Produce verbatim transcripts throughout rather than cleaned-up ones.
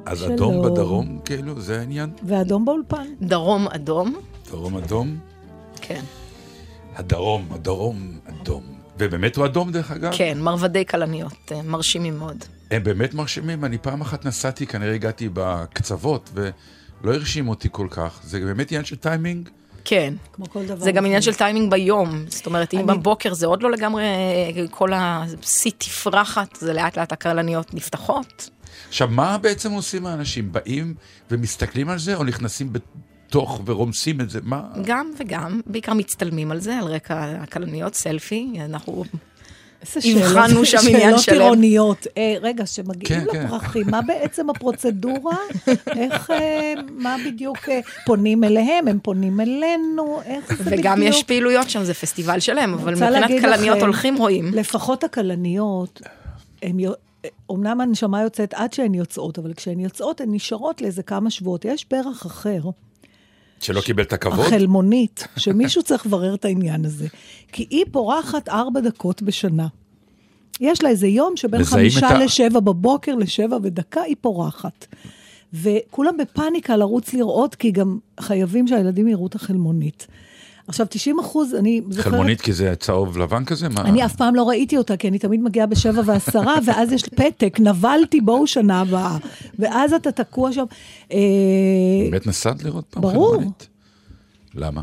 אז אדום בדרום, כאילו, זה העניין? ואדום באולפן. דרום אדום. דרום אדום? כן. הדרום, הדרום אדום. ובאמת הוא אדום דרך אגב? כן, מרבדי כלניות, מרשימים מאוד. הם באמת מרשימים, אני פעם אחת נסעתי, כנראה הגעתי בקצוות, ולא הרשים אותי כל כך. זה באמת עניין של טיימינג? כן. כמו כל דבר. זה גם עניין של טיימינג ביום. זאת אומרת, אם בבוקר זה עוד לא לגמרי, כל השיא תפרחת, זה לאט לאט הכלניות נפתחות. עכשיו, מה בעצם עושים האנשים? באים ומסתכלים על זה, או נכנסים בתוך ורומסים את זה? מה? גם וגם, בעיקר מצטלמים על זה, על רקע הכלניות, סלפי, אנחנו הבחנו שם עניין שלם. שאלות עירוניות. רגע, שמגיעים לפרחים, מה בעצם הפרוצדורה? איך, מה בדיוק פונים אליהם? הם פונים אלינו? איך זה בדיוק? וגם יש פעילויות שם, זה פסטיבל שלם, אבל מבחינת כלניות הולכים רואים. לפחות הכלניות, הם אומנם הנשמה יוצאת עד שהן יוצאות, אבל כשהן יוצאות, הן נשארות לאיזה כמה שבועות. יש פרח אחר. שלא קיבל את הכבוד? החלמונית, שמישהו צריך לברר את העניין הזה. כי היא פורחת ארבע דקות בשנה. יש לה איזה יום שבין חמישה ה... לשבע בבוקר, לשבע ודקה, היא פורחת. וכולם בפאניקה לרוץ לראות, כי גם חייבים שהילדים יראו את החלמונית. עכשיו, תשעים אחוז, אני זוכרת... חלמונית כי זה צהוב לבן כזה? מה... אני אף פעם לא ראיתי אותה, כי אני תמיד מגיעה בשבע ועשרה, ואז יש פתק, נבלתי בואו שנה הבאה. ואז אתה תקוע שם. באמת נסעת לראות פעם ברור. חלמונית? למה?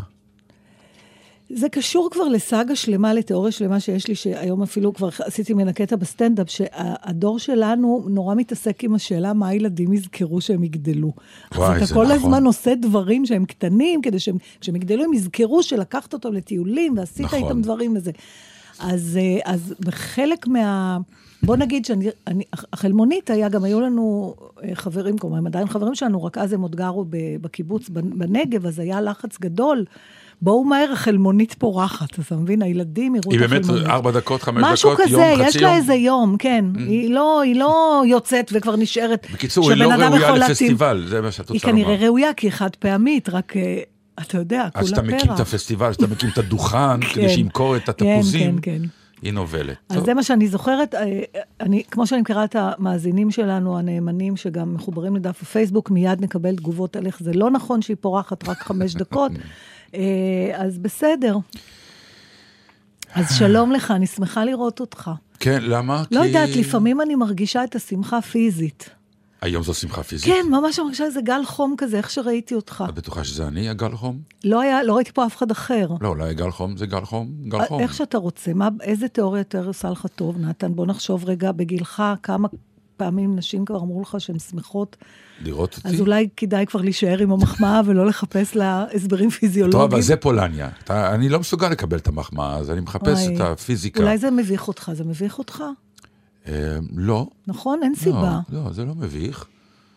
זה קשור כבר לסאגה שלמה, לתיאוריה שלמה שיש לי, שהיום אפילו כבר עשיתי מן הקטע בסטנדאפ, שהדור שלנו נורא מתעסק עם השאלה מה הילדים יזכרו שהם יגדלו. וואי, אז אתה כל הזמן עושה דברים שהם קטנים, כדי שהם, כשהם יגדלו הם יזכרו שלקחת אותם לטיולים, ועשית נכון. איתם דברים וזה. אז, אז בחלק מה... בוא נגיד שאני, אני, החלמונית היה, גם היו לנו חברים, כלומר, הם עדיין חברים שלנו, רק אז הם עוד גרו בקיבוץ בנגב, אז היה לחץ גדול, בואו מהר, החלמונית פורחת, אתה מבין? הילדים יראו את החלמונית. היא באמת ארבע דקות, חמש דקות, משהו כזה, יום, חצי יום? יש לה איזה יום, כן. Mm. היא, לא, היא לא יוצאת וכבר נשארת. בקיצור, היא לא ראויה לפסטיבל, זה מה שאת רוצה לומר. היא כנראה ראויה, כי היא חד פעמית, רק, אתה יודע, כולה פרח. אז שאתה מקים את הפסטיבל, שאתה מקים את הדוכן, כדי שימכור את התפוזים. כן, כן, כן. היא נובלת. אז זה מה שאני זוכרת, אני, כמו שאני מכירה את המאזינים שלנו, הנאמנים שגם מחוברים לדף הפייסבוק, מיד נקבל תגובות עליך, זה לא נכון שהיא פורחת רק חמש דקות, אז בסדר. אז שלום לך, אני שמחה לראות אותך. כן, למה? לא יודעת, לפעמים אני מרגישה את השמחה פיזית. היום זו שמחה פיזית? כן, ממש מרגישה איזה גל חום כזה, איך שראיתי אותך. את בטוחה שזה אני, הגל חום? לא היה, לא ראיתי פה אף אחד אחר. לא, אולי גל חום זה גל חום, גל חום. איך שאתה רוצה, מה, איזה תיאוריה יותר עושה לך טוב, נתן? בוא נחשוב רגע בגילך, כמה פעמים נשים כבר אמרו לך שהן שמחות. לראות אותי? אז אולי כדאי כבר להישאר עם המחמאה, ולא לחפש לה הסברים פיזיולוגיים. טוב, אבל זה פולניה. אני לא מסוגל לקבל את המחמאה, אז אני מחפש את הפיזיקה. אולי זה מביך אותך, זה מביך אותך? לא. נכון, אין סיבה. לא, זה לא מביך.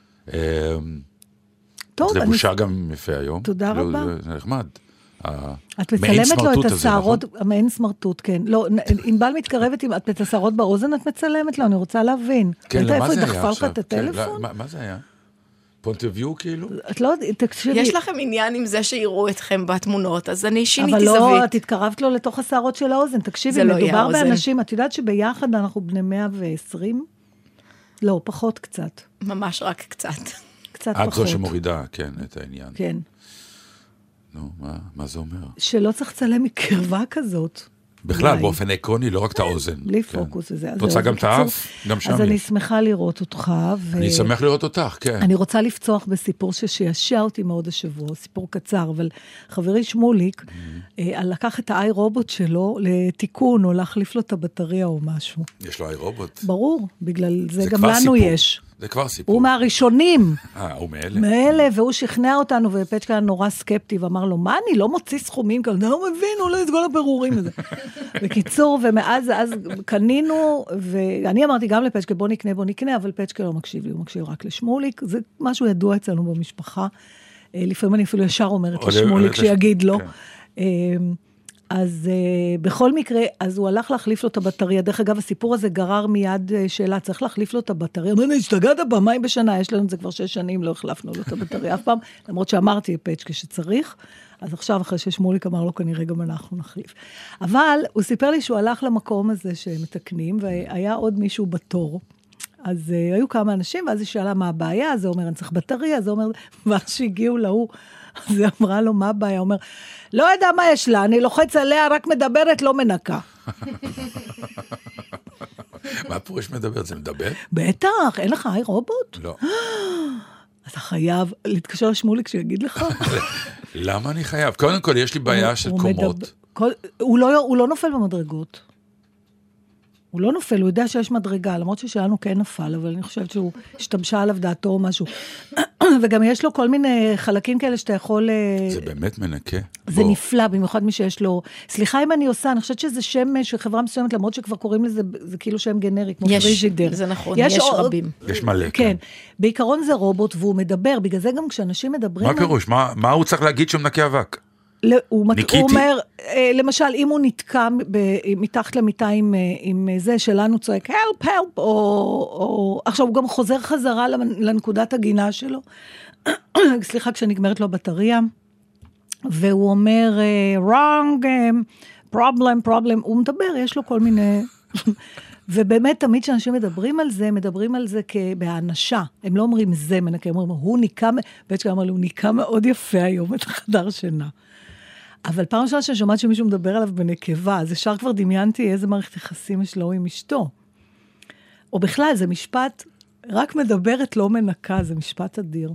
טוב, זה בושה גם יפה היום. תודה רבה. זה נחמד. את מצלמת לו את השערות, המעין סמרטוט, כן. לא, ענבל מתקרבת, את השערות באוזן את מצלמת לו, אני רוצה להבין. כן, למה זה היה עכשיו? לך את הטלפון? מה זה היה? פונטביו כאילו? את לא, תקשיבי. יש לכם עניין עם זה שיראו אתכם בתמונות, אז אני שיניתי זווית. זווית. אבל לא, את התקרבת לו לתוך השערות של האוזן. תקשיבי, מדובר באנשים, את יודעת שביחד אנחנו בני מאה ועשרים? לא, פחות קצת. ממש רק קצת. קצת פחות. את זו שמורידה, כן, את העניין. כן. נו, מה, מה זה אומר? שלא צריך לצלם מקרבה כזאת. בכלל, באופן עקרוני, לא רק את האוזן. בלי פוקוס וזה. את רוצה גם את האף? גם שם אז אני שמחה לראות אותך. אני שמח לראות אותך, כן. אני רוצה לפצוח בסיפור ששישע אותי מאוד השבוע, סיפור קצר, אבל חברי שמוליק, לקח את האי רובוט שלו לתיקון, או להחליף לו את הבטריה או משהו. יש לו האי רובוט? ברור, בגלל זה גם לנו יש. זה כבר סיפור. הוא מהראשונים. אה, הוא מאלה? מאלה, והוא שכנע אותנו, ופצ'קה היה נורא סקפטי, ואמר לו, מה אני לא מוציא סכומים כאלה? אני לא מבין, אולי את כל הבירורים הזה. בקיצור, ומאז אז קנינו, ואני אמרתי גם לפצ'קה, בוא נקנה, בוא נקנה, אבל פצ'קה לא מקשיב לי, הוא מקשיב רק לשמוליק, זה משהו ידוע אצלנו במשפחה. לפעמים אני אפילו ישר אומרת לשמוליק שיגיד לו. אז uh, בכל מקרה, אז הוא הלך להחליף לו את הבטריה. דרך אגב, הסיפור הזה גרר מיד uh, שאלה, צריך להחליף לו את הבטריה. אמרנו, השתגעת פעמיים בשנה, יש לנו את זה כבר שש שנים, לא החלפנו לו את הבטריה אף פעם, למרות שאמרתי פצ'קה שצריך, אז עכשיו אחרי ששמוליק אמר לו, כנראה גם אנחנו נחליף. אבל הוא סיפר לי שהוא הלך למקום הזה שמתקנים, והיה עוד מישהו בתור, אז uh, היו כמה אנשים, ואז היא שאלה מה הבעיה, זה אומר, אני צריך בטריה, זה אומר, ואז שהגיעו להוא, אז היא אמרה לו, מה הבעיה? הוא אומר, לא יודע מה יש לה, אני לוחץ עליה, רק מדברת, לא מנקה. מה פירוש מדברת? זה מדבר? בטח, אין לך איי רובוט? לא. אתה חייב להתקשר לשמוליק שיגיד לך. למה אני חייב? קודם כל, יש לי בעיה של קומות. הוא לא נופל במדרגות. הוא לא נופל, הוא יודע שיש מדרגה, למרות ששלנו כן נפל, אבל אני חושבת שהוא השתמשה עליו דעתו או משהו. וגם יש לו כל מיני חלקים כאלה שאתה יכול... זה באמת מנקה. זה נפלא, במיוחד מי שיש לו... סליחה אם אני עושה, אני חושבת שזה שם של חברה מסוימת, למרות שכבר קוראים לזה, זה כאילו שם גנרי, כמו פריג'ידר. זה נכון, יש רבים. יש מלא. כן. בעיקרון זה רובוט, והוא מדבר, בגלל זה גם כשאנשים מדברים... מה פירוש? מה הוא צריך להגיד שהוא מנקה אבק? הוא אומר, למשל, אם הוא נתקע מתחת למיטה עם זה שלנו צועק, help, help, או... עכשיו, הוא גם חוזר חזרה לנקודת הגינה שלו. סליחה, כשנגמרת לו הבטריה. והוא אומר, wrong, problem, problem. הוא מדבר, יש לו כל מיני... ובאמת, תמיד כשאנשים מדברים על זה, מדברים על זה בהאנשה. הם לא אומרים זה מנקה, הם אומרים, הוא ניקה... בית שגם אמר לו, הוא ניקה מאוד יפה היום את החדר שינה. אבל פעם ראשונה ששומעת שמישהו מדבר עליו בנקבה, אז ישר כבר דמיינתי איזה מערכת יחסים יש לו עם אשתו. או בכלל, זה משפט, רק מדברת לא מנקה, זה משפט אדיר.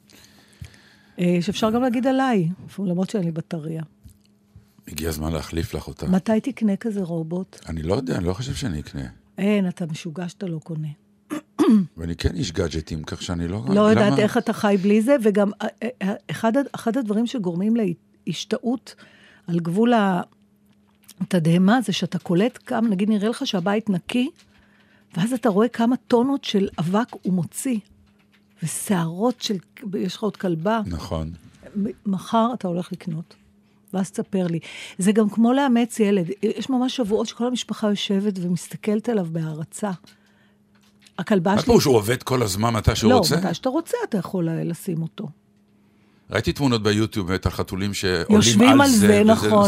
שאפשר גם להגיד עליי, למרות שאין לי בטריה. הגיע הזמן להחליף לך אותה. מתי תקנה כזה רובוט? אני לא יודע, אני לא חושב שאני אקנה. אין, אתה משוגע שאתה לא קונה. ואני כן איש גאדג'טים, כך שאני לא... לא יודעת איך אתה חי בלי זה, וגם אחד, אחד הדברים שגורמים להשתאות על גבול התדהמה, זה שאתה קולט כמה, נגיד נראה לך שהבית נקי, ואז אתה רואה כמה טונות של אבק הוא מוציא, ושערות של, יש לך עוד כלבה. נכון. מחר אתה הולך לקנות. ואז תספר לי. זה גם כמו לאמץ ילד. יש ממש שבועות שכל המשפחה יושבת ומסתכלת עליו בהערצה. הכלבה שלי... מה פה שהוא עובד כל הזמן מתי שהוא לא, רוצה? לא, מתי שאתה רוצה אתה יכול לשים אותו. ראיתי תמונות ביוטיוב את החתולים שעולים יושבים על זה. זה, נכון.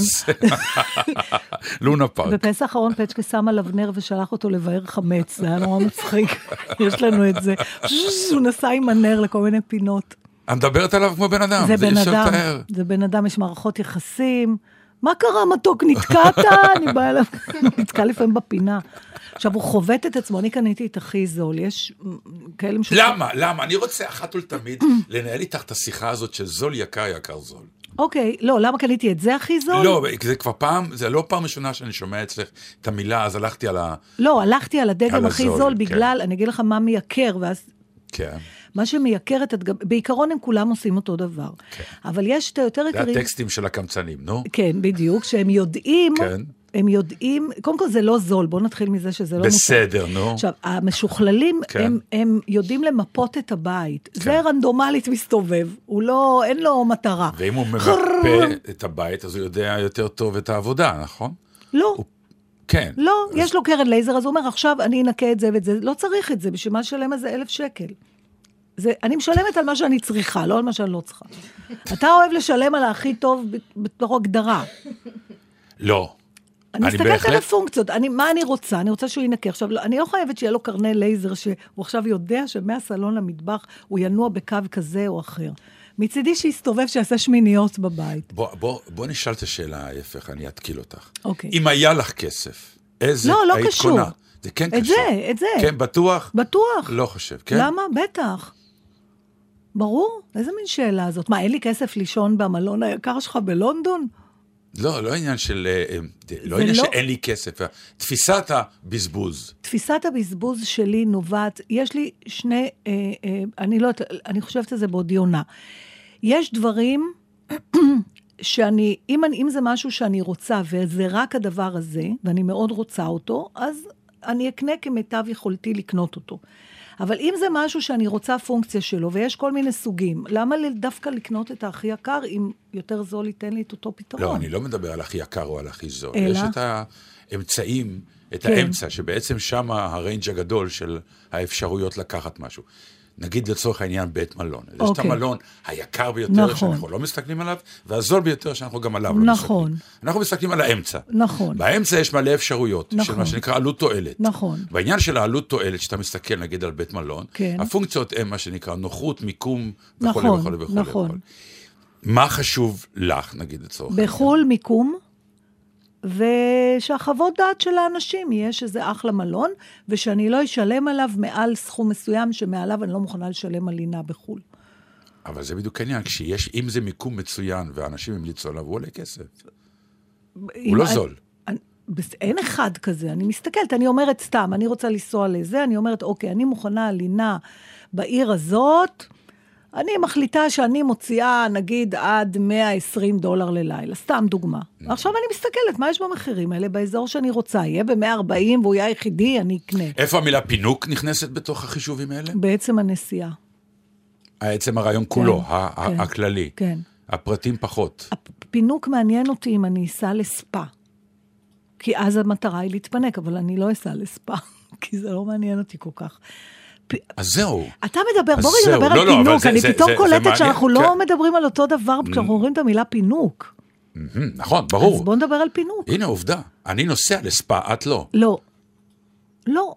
לונה פארק. בפסח האחרון פצ'קה שם עליו נר ושלח אותו לבאר חמץ. זה היה נורא מצחיק. יש לנו את זה. הוא נסע עם הנר לכל מיני פינות. אני מדברת עליו כמו בן אדם. זה בן אדם. זה בן אדם, יש מערכות יחסים. מה קרה מתוק? נתקעת? אני באה אליו. נתקע לפעמים בפינה. עכשיו, הוא חובט את עצמו, אני קניתי את הכי זול, יש כאלה משהו... למה? למה? אני רוצה אחת ולתמיד לנהל איתך את השיחה הזאת של זול יקר יקר זול. אוקיי, לא, למה קניתי את זה הכי זול? לא, זה כבר פעם, זה לא פעם ראשונה שאני שומע אצלך את המילה, אז הלכתי על ה... לא, הלכתי על הדגם הכי זול, בגלל, אני אגיד לך מה מייקר, ואז... כן. מה שמייקר את הדגם, בעיקרון הם כולם עושים אותו דבר. אבל יש את היותר יקרים... זה הטקסטים של הקמצנים, נו? כן, בדיוק, שהם יודעים... כן. הם יודעים, קודם כל זה לא זול, בואו נתחיל מזה שזה לא... בסדר, נו. עכשיו, המשוכללים, כן. הם, הם יודעים למפות את הבית. כן. זה רנדומלית מסתובב, הוא לא, אין לו מטרה. ואם הוא ממפה את הבית, אז הוא יודע יותר טוב את העבודה, נכון? לא. הוא... כן. לא, אז... יש לו קרן לייזר, אז הוא אומר, עכשיו אני אנקה את זה ואת זה, לא צריך את זה, בשביל מה שלם איזה אלף שקל. זה, אני משלמת על מה שאני צריכה, לא על מה שאני לא צריכה. אתה אוהב לשלם על הכי טוב בתור הגדרה. לא. אני מסתכלת על הפונקציות, אני, מה אני רוצה? אני רוצה שהוא ינקה. עכשיו, אני לא חייבת שיהיה לו קרני לייזר, שהוא עכשיו יודע שמהסלון למטבח הוא ינוע בקו כזה או אחר. מצידי שיסתובב שיעשה שמיניות בבית. בוא, בוא, בוא נשאל את השאלה ההפך, אני אתקיל אותך. אוקיי. אם היה לך כסף, איזה לא, לא היית קשור. קונה? זה כן את קשור. זה, את זה. כן, בטוח? בטוח. לא חושב, כן? למה? בטח. ברור? איזה מין שאלה הזאת? מה, אין לי כסף לישון במלון היקר שלך בלונדון? לא, לא עניין של, לא עניין לא... שאין לי כסף, תפיסת הבזבוז. תפיסת הבזבוז שלי נובעת, יש לי שני, אה, אה, אני לא, אני חושבת על זה בעוד יונה. יש דברים שאני, אם, אני, אם זה משהו שאני רוצה, וזה רק הדבר הזה, ואני מאוד רוצה אותו, אז אני אקנה כמיטב יכולתי לקנות אותו. אבל אם זה משהו שאני רוצה פונקציה שלו, ויש כל מיני סוגים, למה דווקא לקנות את הכי יקר אם יותר זול ייתן לי את אותו פתרון. לא, אני לא מדבר על הכי יקר או על הכי זול. אלא? יש את האמצעים, את כן. האמצע, שבעצם שם הריינג' הגדול של האפשרויות לקחת משהו. נגיד לצורך העניין בית מלון. יש את המלון היקר ביותר נכון. שאנחנו לא מסתכלים עליו, והזול ביותר שאנחנו גם עליו לא נכון. מסתכלים. אנחנו מסתכלים על האמצע. נכון. באמצע יש מלא אפשרויות, נכון. של מה שנקרא עלות תועלת. נכון. בעניין של העלות תועלת, שאתה מסתכל נגיד על בית מלון, כן. הפונקציות הן מה שנקרא נוחות, מיקום, וכו' נכון, וכו' וכו'. נכון. וכו'. מה חשוב לך, נגיד לצורך? בחול מיקום, ושהחוות דעת של האנשים יהיה שזה אחלה מלון, ושאני לא אשלם עליו מעל סכום מסוים, שמעליו אני לא מוכנה לשלם על לינה בחול. אבל זה בדיוק העניין, כשיש, אם זה מיקום מצוין, ואנשים המליצו עליו, הוא עולה כסף. הוא לא זול. אני, אין אחד כזה, אני מסתכלת, אני אומרת סתם, אני רוצה לנסוע לזה, אני אומרת, אוקיי, אני מוכנה לינה בעיר הזאת, אני מחליטה שאני מוציאה, נגיד, עד מאה ועשרים דולר ללילה, סתם דוגמה. עכשיו אני מסתכלת, מה יש במחירים האלה באזור שאני רוצה? יהיה ב-מאה וארבעים והוא יהיה היחידי, אני אקנה. איפה המילה פינוק נכנסת בתוך החישובים האלה? בעצם הנסיעה. בעצם הרעיון כולו, כן, ה- כן, הכללי. כן. הפרטים פחות. הפינוק מעניין אותי אם אני אסע לספה. כי אז המטרה היא להתפנק, אבל אני לא אסע לספה, כי זה לא מעניין אותי כל כך. אז זהו. אתה מדבר, בוא רגע נדבר על פינוק, אני פתאום קולטת שאנחנו לא מדברים על אותו דבר, כשאנחנו אומרים את המילה פינוק. נכון, ברור. אז בוא נדבר על פינוק. הנה עובדה, אני נוסע לספה, את לא. לא. לא.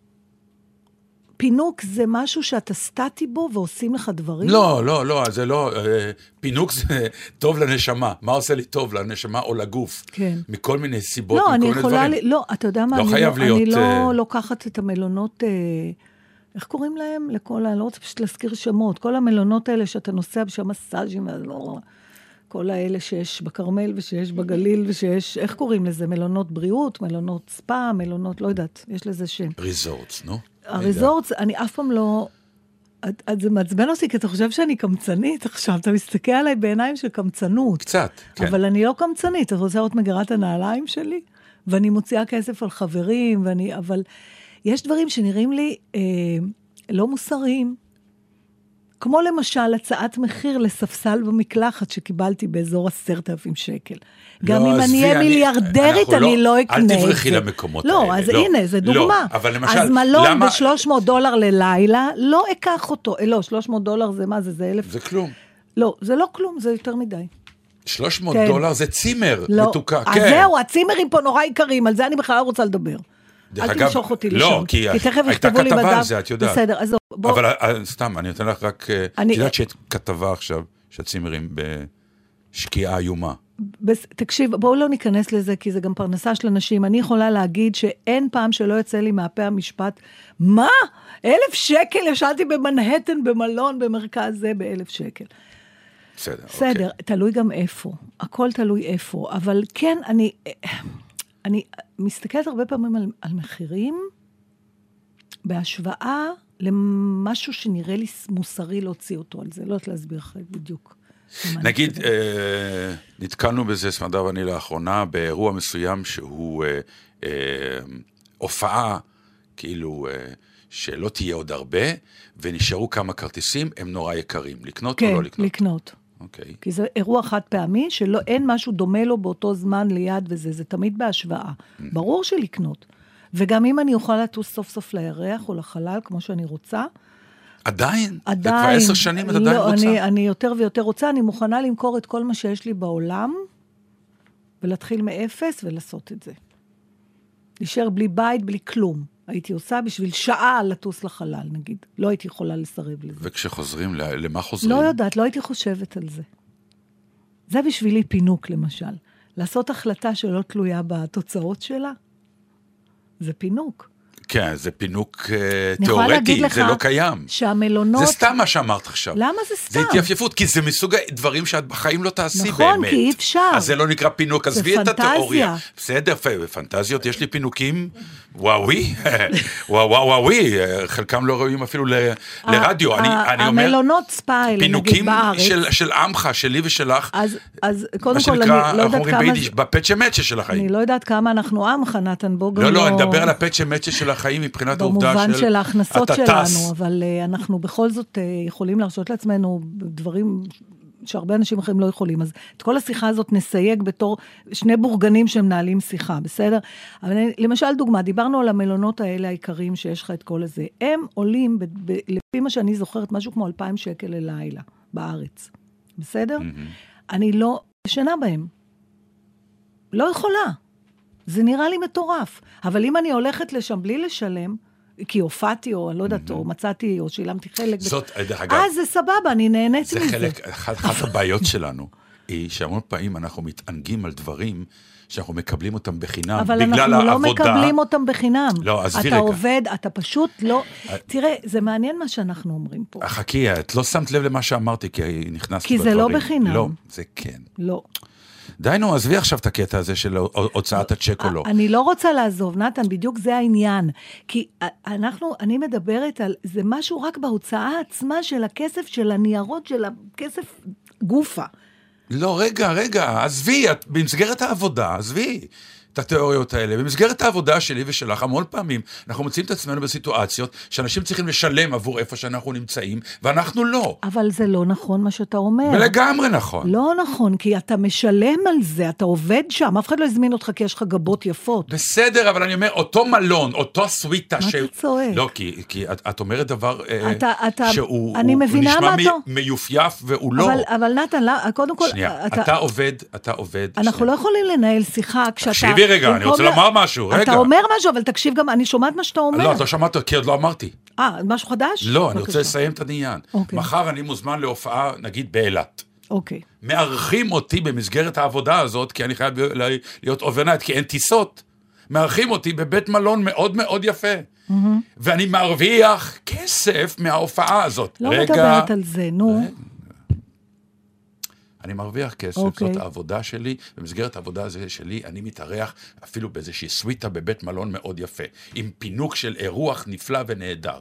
פינוק זה משהו שאתה סטטי בו ועושים לך דברים? לא, לא, לא, זה לא, פינוק זה טוב לנשמה. מה עושה לי טוב לנשמה או לגוף? כן. מכל מיני סיבות, לא, מכל אני מיני יכולה, דברים. לא, אתה יודע מה, לא אני חייב לא, להיות... אני לא uh... לוקחת את המלונות, איך קוראים להם? לכל, אני לא רוצה פשוט להזכיר שמות, כל המלונות האלה שאתה נוסע בשם מסאז'ים, לא, כל האלה שיש בקרמל ושיש בגליל ושיש, איך קוראים לזה? מלונות בריאות, מלונות ספא, מלונות, לא יודעת, יש לזה שם. ריזורטס, נו? הריזורטס, אני אף פעם לא... אז זה מעצבן אותי, כי אתה חושב שאני קמצנית עכשיו, אתה מסתכל עליי בעיניים של קמצנות. קצת, כן. אבל אני לא קמצנית, אתה רוצה לראות מגרת הנעליים שלי? ואני מוציאה כסף על חברים, ואני, אבל יש דברים שנראים לי אה, לא מוסריים, כמו למשל הצעת מחיר לספסל במקלחת שקיבלתי באזור עשרת אלפים שקל. גם אם אני אהיה מיליארדרית, אני לא אקנה את זה. אל תברכי למקומות האלה. לא, אז הנה, זה דוגמה. אבל למשל, אז מלון ב-שלוש מאות דולר ללילה, לא אקח אותו. לא, שלוש מאות דולר זה מה זה? זה אלף? זה כלום. לא, זה לא כלום, זה יותר מדי. שלוש מאות דולר זה צימר מתוקה. אז זהו, הצימרים פה נורא יקרים, על זה אני בכלל רוצה לדבר. אל תמשוך אותי לשם. לא, כי הייתה כתבה על זה, את יודעת. בסדר, אז בוא. אבל סתם, אני אתן לך רק, את יודעת שאת כתבה עכשיו, שהצימרים בשקיעה איומה. תקשיב, בואו לא ניכנס לזה, כי זה גם פרנסה של אנשים. אני יכולה להגיד שאין פעם שלא יוצא לי מהפה המשפט, מה? אלף שקל ישבתי במנהטן, במלון, במרכז זה, באלף שקל. בסדר, בסדר, תלוי גם איפה. הכל תלוי איפה. אבל כן, אני... אני מסתכלת הרבה פעמים על, על מחירים, בהשוואה למשהו שנראה לי מוסרי להוציא אותו על זה, לא יודעת להסביר לך בדיוק. נגיד, אה, נתקלנו בזה, סמדר ואני לאחרונה, באירוע מסוים שהוא אה, אה, הופעה, כאילו, אה, שלא תהיה עוד הרבה, ונשארו כמה כרטיסים, הם נורא יקרים. לקנות כן, או לא לקנות? כן, לקנות. Okay. כי זה אירוע חד פעמי, שלא אין משהו דומה לו באותו זמן ליד וזה, זה תמיד בהשוואה. Mm-hmm. ברור שלקנות. וגם אם אני אוכל לטוס סוף סוף לירח או לחלל, כמו שאני רוצה. עדיין? עדיין. זה כבר עשר שנים, את לא, עדיין רוצה? אני, אני יותר ויותר רוצה, אני מוכנה למכור את כל מה שיש לי בעולם, ולהתחיל מאפס ולעשות את זה. להישאר בלי בית, בלי כלום. הייתי עושה בשביל שעה לטוס לחלל, נגיד. לא הייתי יכולה לסרב לזה. וכשחוזרים, למה חוזרים? לא יודעת, לא הייתי חושבת על זה. זה בשבילי פינוק, למשל. לעשות החלטה שלא תלויה בתוצאות שלה, זה פינוק. כן, זה פינוק תיאורטי, זה לא קיים. שהמלונות... זה סתם מה שאמרת עכשיו. למה זה סתם? זה התייפייפות, כי זה מסוג דברים שאת בחיים לא תעשי באמת. נכון, כי אי אפשר. אז זה לא נקרא פינוק, עזבי את התיאוריה. בסדר, בפנטזיות יש לי פינוקים, וואוי, וואו וואו וואוי, חלקם לא ראויים אפילו לרדיו. המלונות ספא האלה, נגיד בארץ. פינוקים של עמך, שלי ושלך, אז קודם כל, אני לא יודעת כמה... אנחנו אומרים ביידיש, בפצ'ה מצ'ה של החיים. אני לא יודעת כמה אנחנו עמך, נתן בו גם לא... לא, לא, אני מדבר על הפצ'ה מצ'ה של החיים מבחינת העובדה של... במובן של ההכנסות שלנו, אבל אנחנו בכל זאת יכולים להרשות לעצמנו דברים שהרבה אנשים אחרים לא יכולים. אז את כל השיחה הזאת נסייג בתור שני בורגנים שמנהלים שיחה, בסדר? אבל למשל דוגמה, דיברנו על המלונות האלה העיקריים שיש לך את כל הזה. הם עולים, ב- ב- לפי מה שאני זוכרת, משהו כמו אלפיים שקל ללילה בארץ. בסדר? Mm-hmm. אני לא ישנה בהם. לא יכולה. זה נראה לי מטורף. אבל אם אני הולכת לשם בלי לשלם, כי הופעתי, או אני לא יודעת, או מצאתי, או שילמתי חלק. זאת, דרך אגב. אז זה סבבה, אני נהנית מזה. זה חלק, אחת הבעיות שלנו, היא שהמון פעמים אנחנו מתענגים על דברים, שאנחנו מקבלים אותם בחינם, בגלל העבודה. אבל אנחנו לא מקבלים אותם בחינם. לא, עזבי רגע. אתה עובד, אתה פשוט לא... תראה, זה מעניין מה שאנחנו אומרים פה. חכי, את לא שמת לב למה שאמרתי, כי נכנסתי כי בדברים. זה לא בחינם. לא, זה כן. לא. די נו, עזבי עכשיו את הקטע הזה של הוצאת הצ'ק או לא. אני לא רוצה לעזוב, נתן, בדיוק זה העניין. כי אנחנו, אני מדברת על, זה משהו רק בהוצאה עצמה של הכסף, של הניירות, של הכסף גופה. לא, רגע, רגע, עזבי, את, במסגרת העבודה, עזבי את התיאוריות האלה. במסגרת העבודה שלי ושלך, המון פעמים, אנחנו מוצאים את עצמנו בסיטואציות שאנשים צריכים לשלם עבור איפה שאנחנו נמצאים, ואנחנו לא. אבל זה לא נכון מה שאתה אומר. ולגמרי נכון. לא נכון, כי אתה משלם על זה, אתה עובד שם, אף אחד לא הזמין אותך כי יש לך גבות יפות. בסדר, אבל אני אומר, אותו מלון, אותו סוויטה, מה אתה צועק? לא, כי, כי את, את אומרת דבר אתה, אתה, שהוא אני הוא, מבינה הוא נשמע מה אתה... מ, מיופייף והוא לא. אבל, אבל נתן, קודם כל... שנייה, אתה, אתה עובד, אתה עובד. אנחנו שנייה. לא יכולים לנהל שיחה כשאתה... תקשיבי רגע, אני רוצה לומר משהו, רגע. אתה אומר משהו, אבל תקשיב גם, אני שומעת מה שאתה אומר. לא, אתה שמעת, כי עוד לא אמרתי. אה, משהו חדש? לא, אני רוצה לסיים את העניין. אוקיי. מחר אני מוזמן להופעה, נגיד, באילת. אוקיי. מארחים אותי במסגרת העבודה הזאת, כי אני חייב להיות אוברנייט, כי אין טיסות. מארחים אותי בבית מלון מאוד מאוד יפה. ואני מרוויח כסף מההופעה הזאת. לא מדברת על זה, נו. אני מרוויח כסף, okay. זאת העבודה שלי, במסגרת העבודה הזו שלי, אני מתארח אפילו באיזושהי סוויטה בבית מלון מאוד יפה, עם פינוק של אירוח נפלא ונהדר.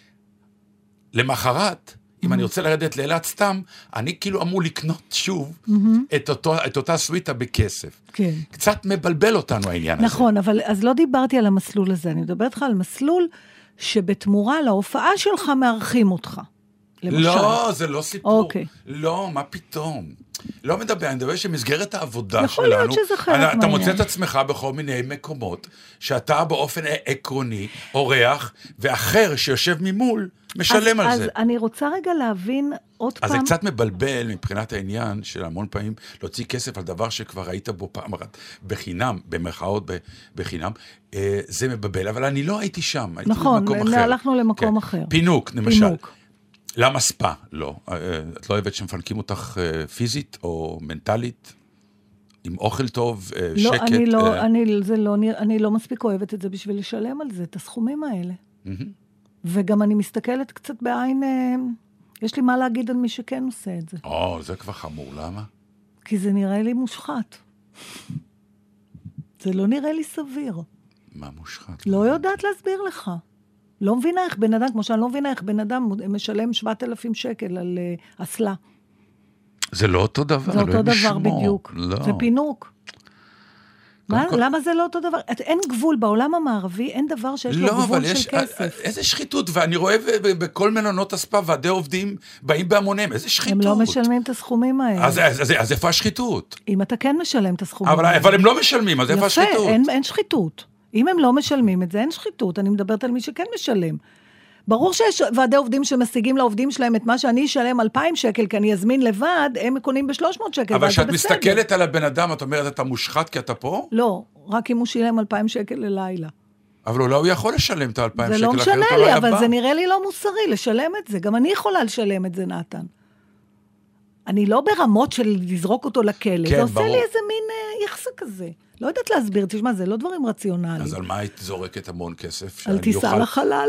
למחרת, mm-hmm. אם אני רוצה לרדת לאילת סתם, אני כאילו אמור לקנות שוב mm-hmm. את, אותו, את אותה סוויטה בכסף. כן. Okay. קצת מבלבל אותנו העניין נכון, הזה. נכון, אבל אז לא דיברתי על המסלול הזה, אני מדברת לך על מסלול שבתמורה להופעה שלך מארחים אותך. למשל. לא, זה לא סיפור. Okay. לא, מה פתאום? לא מדבר, אני מדבר שמסגרת העבודה יכול שלנו, להיות שזה חלק אתה מעניין. מוצא את עצמך בכל מיני מקומות, שאתה באופן עקרוני, אורח, ואחר שיושב ממול, משלם אז, על אז זה. אז אני רוצה רגע להבין עוד אז פעם... זה קצת מבלבל מבחינת העניין של המון פעמים להוציא כסף על דבר שכבר היית בו פעם אחת בחינם, במרכאות בחינם, זה מבלבל, אבל אני לא הייתי שם, הייתי נכון, במקום אחר. הלכנו למקום כן. אחר. פינוק, למשל. פינוק. למה ספה? לא. את לא אוהבת שמפנקים אותך פיזית או מנטלית? עם אוכל טוב, לא, שקט? אני לא, אני, זה לא, אני לא מספיק אוהבת את זה בשביל לשלם על זה, את הסכומים האלה. Mm-hmm. וגם אני מסתכלת קצת בעין, יש לי מה להגיד על מי שכן עושה את זה. או, זה כבר חמור, למה? כי זה נראה לי מושחת. זה לא נראה לי סביר. מה מושחת? לא יודעת להסביר לך. לא מבינה איך בן אדם, כמו שאני לא מבינה איך בן אדם משלם שבעת אלפים שקל על uh, אסלה. זה לא אותו דבר, זה אותו דבר משמו. בדיוק. לא. זה פינוק. מה, כל... למה זה לא אותו דבר? אין גבול, בעולם המערבי אין דבר שיש לו לא, גבול יש, של כסף. איזה שחיתות, ואני רואה בכל מלונות הספה, ועדי עובדים באים בהמונים, איזה שחיתות. הם לא משלמים את הסכומים האלה. אז, אז, אז, אז איפה השחיתות? אם אתה כן משלם את הסכומים אבל, האלה. אבל הם לא משלמים, אז איפה השחיתות? יפה, אין, אין שחיתות. אם הם לא משלמים את זה, אין שחיתות. אני מדברת על מי שכן משלם. ברור שיש ועדי עובדים שמשיגים לעובדים שלהם את מה שאני אשלם אלפיים שקל, כי אני אזמין לבד, הם קונים ב-שלוש מאות שקל. אבל כשאת מסתכלת על הבן אדם, את אומרת, אתה מושחת כי אתה פה? לא, רק אם הוא שילם אלפיים שקל ללילה. אבל אולי הוא יכול לשלם את האלפיים שקל. זה לא משנה לי, אבל זה נראה לי לא מוסרי לשלם את זה. גם אני יכולה לשלם את זה, נתן. אני לא ברמות של לזרוק אותו לכלא. זה עושה לי איזה מין יחסה כזה. לא יודעת להסביר, תשמע, זה לא דברים רציונליים. אז על מה היית זורקת המון כסף? על טיסה לחלל.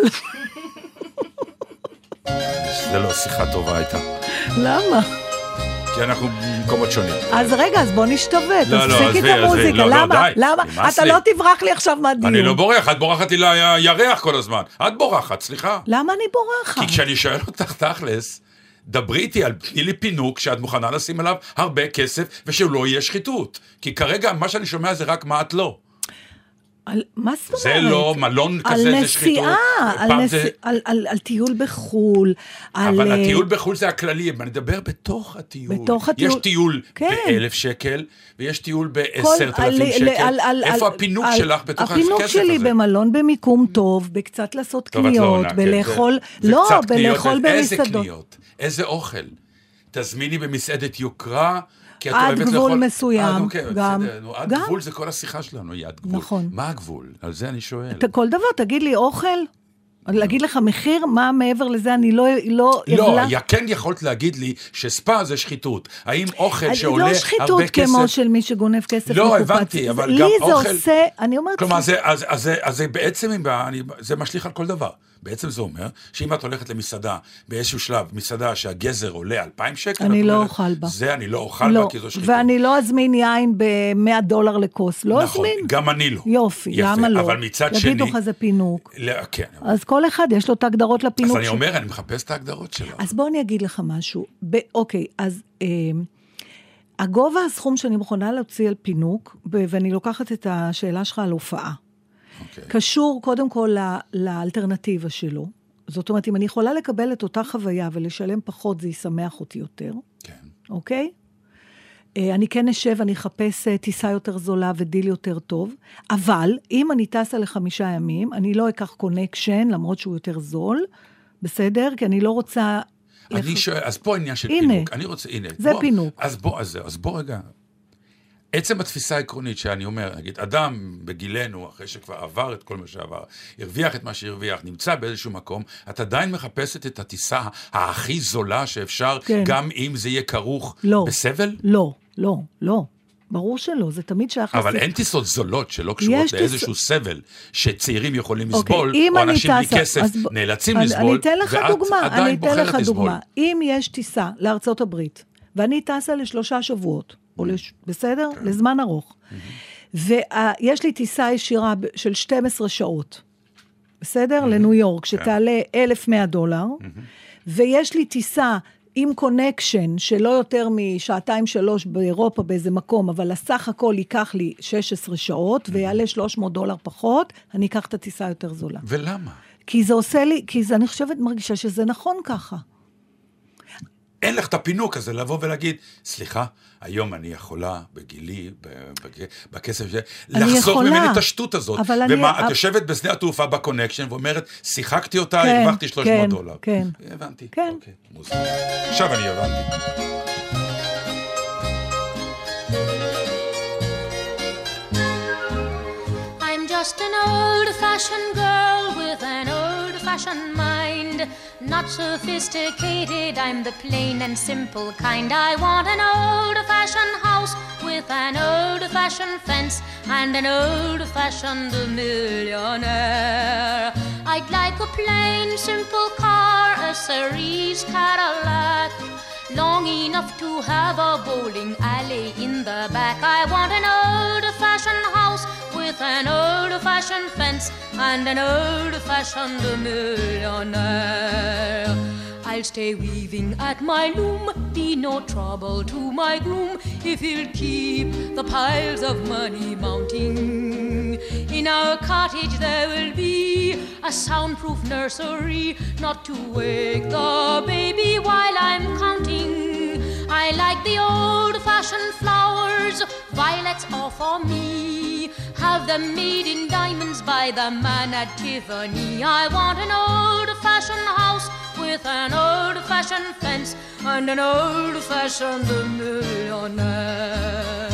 זה לא שיחה טובה הייתה. למה? כי אנחנו במקומות שונים. אז רגע, אז בוא נשתווה, לא, לא, תפסיק את המוזיקה. לא, למה? לא, די. למה? אתה לא תברח לי עכשיו מהדיון. אני לא בורח, את בורחת לי לירח כל הזמן. את בורחת, סליחה. למה אני בורחת? כי כשאני שואל אותך תכלס, דברי איתי על תני לי פינוק שאת מוכנה לשים עליו הרבה כסף ושהוא לא יהיה שחיתות. כי כרגע מה שאני שומע זה רק מה את לא. על, מה זאת אומרת? זה לא מלון כזה, זה שחיתות. על נסיעה, זה... על, על, על טיול בחול. אבל על... הטיול בחול זה הכללי, אני מדבר בתוך הטיול. בתוך הטיול. יש טיול כן. באלף שקל, ויש טיול בעשרת אלפים שקל. על, על, איפה על, הפינוק על, שלך בתוך הכסף הזה? הפינוק שלי במלון במיקום טוב, בקצת לעשות קניות, בלאכול, כן, לא, בלאכול במסעדות. איזה קניות? איזה אוכל? תזמיני במסעדת יוקרה, עד גבול לאכול... מסוים, עד, אוקיי, גם. בסדר, עד גם. גבול זה כל השיחה שלנו, היא עד גבול. נכון. מה הגבול? על זה אני שואל. כל דבר, תגיד לי אוכל, להגיד לך מחיר, מה מעבר לזה, אני לא... לא, לא, אבלה... כן יכולת להגיד לי שספה זה שחיתות. האם אוכל שעולה הרבה כסף... לא שחיתות כמו של מי שגונב כסף לא, מקופת. הבנתי, אבל לי גם זה אוכל... עושה, אני אומרת... כלומר, זה, אז, אז, אז, אז זה בעצם, אני, זה משליך על כל דבר. בעצם זה אומר, שאם את הולכת למסעדה, באיזשהו שלב, מסעדה שהגזר עולה אלפיים שקל, אני לא אומרת, אוכל בה. זה אני לא אוכל לא, בה, כי זו שחיתות. ואני לא אזמין יין ב-מאה דולר לכוס, לא נכון, אזמין. גם אני לא. יופי, יפה, למה לא? אבל מצד שני... יגידו לך זה פינוק. לא, כן. אז כל אחד יש לו את ההגדרות לפינוק. אז אני אומר, אני מחפש את ההגדרות שלו. אז בוא אני אגיד לך משהו. ב- אוקיי, אז... אה, הגובה הסכום שאני מוכנה להוציא על פינוק, ואני לוקחת את השאלה שלך על הופעה. אוקיי. קשור קודם כל לא, לאלטרנטיבה שלו. זאת אומרת, אם אני יכולה לקבל את אותה חוויה ולשלם פחות, זה ישמח אותי יותר. כן. אוקיי? אני כן אשב, אני אחפש טיסה יותר זולה ודיל יותר טוב, אבל אם אני טסה לחמישה ימים, אני לא אקח קונקשן, למרות שהוא יותר זול, בסדר? כי אני לא רוצה... אני לח... שואל, אז פה עניין של הנה, פינוק. אני רוצה, הנה. זה בוא, פינוק. אז בוא, אז, אז בוא רגע. עצם התפיסה העקרונית שאני אומר, נגיד, אדם בגילנו, אחרי שכבר עבר את כל מה שעבר, הרוויח את מה שהרוויח, נמצא באיזשהו מקום, את עדיין מחפשת את הטיסה הכי זולה שאפשר, כן. גם אם זה יהיה כרוך לא, בסבל? לא, לא, לא. ברור שלא, זה תמיד שייך... אבל אין טיסות זולות שלא קשורות לאיזשהו טיס... סבל, שצעירים יכולים לסבול, אוקיי, או אנשים בלי טסה, כסף אז... נאלצים אני, לסבול, אני אתן לך ואת דוגמה, עדיין בוחרת לסבול. דוגמה. אם יש טיסה לארצות הברית, ואני טסה לשלושה שבועות, או לש... בסדר? כן. לזמן ארוך. Mm-hmm. ויש לי טיסה ישירה של שתים עשרה שעות, בסדר? Mm-hmm. לניו יורק, שתעלה אלף ומאה דולר, mm-hmm. ויש לי טיסה עם קונקשן, שלא יותר משעתיים שלוש באירופה באיזה מקום, אבל הסך הכל ייקח לי שש עשרה שעות, mm-hmm. ויעלה שלוש מאות דולר פחות, אני אקח את הטיסה יותר זולה. ולמה? כי זה עושה לי, כי זה, אני חושבת, מרגישה שזה נכון ככה. אין לך את הפינוק הזה לבוא ולהגיד, סליחה, היום אני יכולה בגילי, בכסף שלי, לחסוך ממני את השטות הזאת. ומה, את יושבת בשדה התעופה בקונקשן, ואומרת, שיחקתי אותה, הרווחתי שלוש מאות דולר. כן, הבנתי. כן. עכשיו אני הבנתי. I'm just an old-fashioned girl with an old-fashioned mind. Not sophisticated, I'm the plain and simple kind. I want an old-fashioned house with an old-fashioned fence and an old-fashioned millionaire. I'd like a plain, simple car, a Cerise Cadillac, long enough to have a bowling alley in the back. I want an old-fashioned house with an old-fashioned fence and an old-fashioned millionaire. I'll stay weaving at my loom, be no trouble to my groom, if he'll keep the piles of money mounting. In our cottage there will be a soundproof nursery, not to wake the baby while I'm counting. I like the old-fashioned flowers, violets are for me. Have them made in diamonds by the man at Tiffany. I want an old-fashioned house with an old-fashioned fence and an old-fashioned millionaire.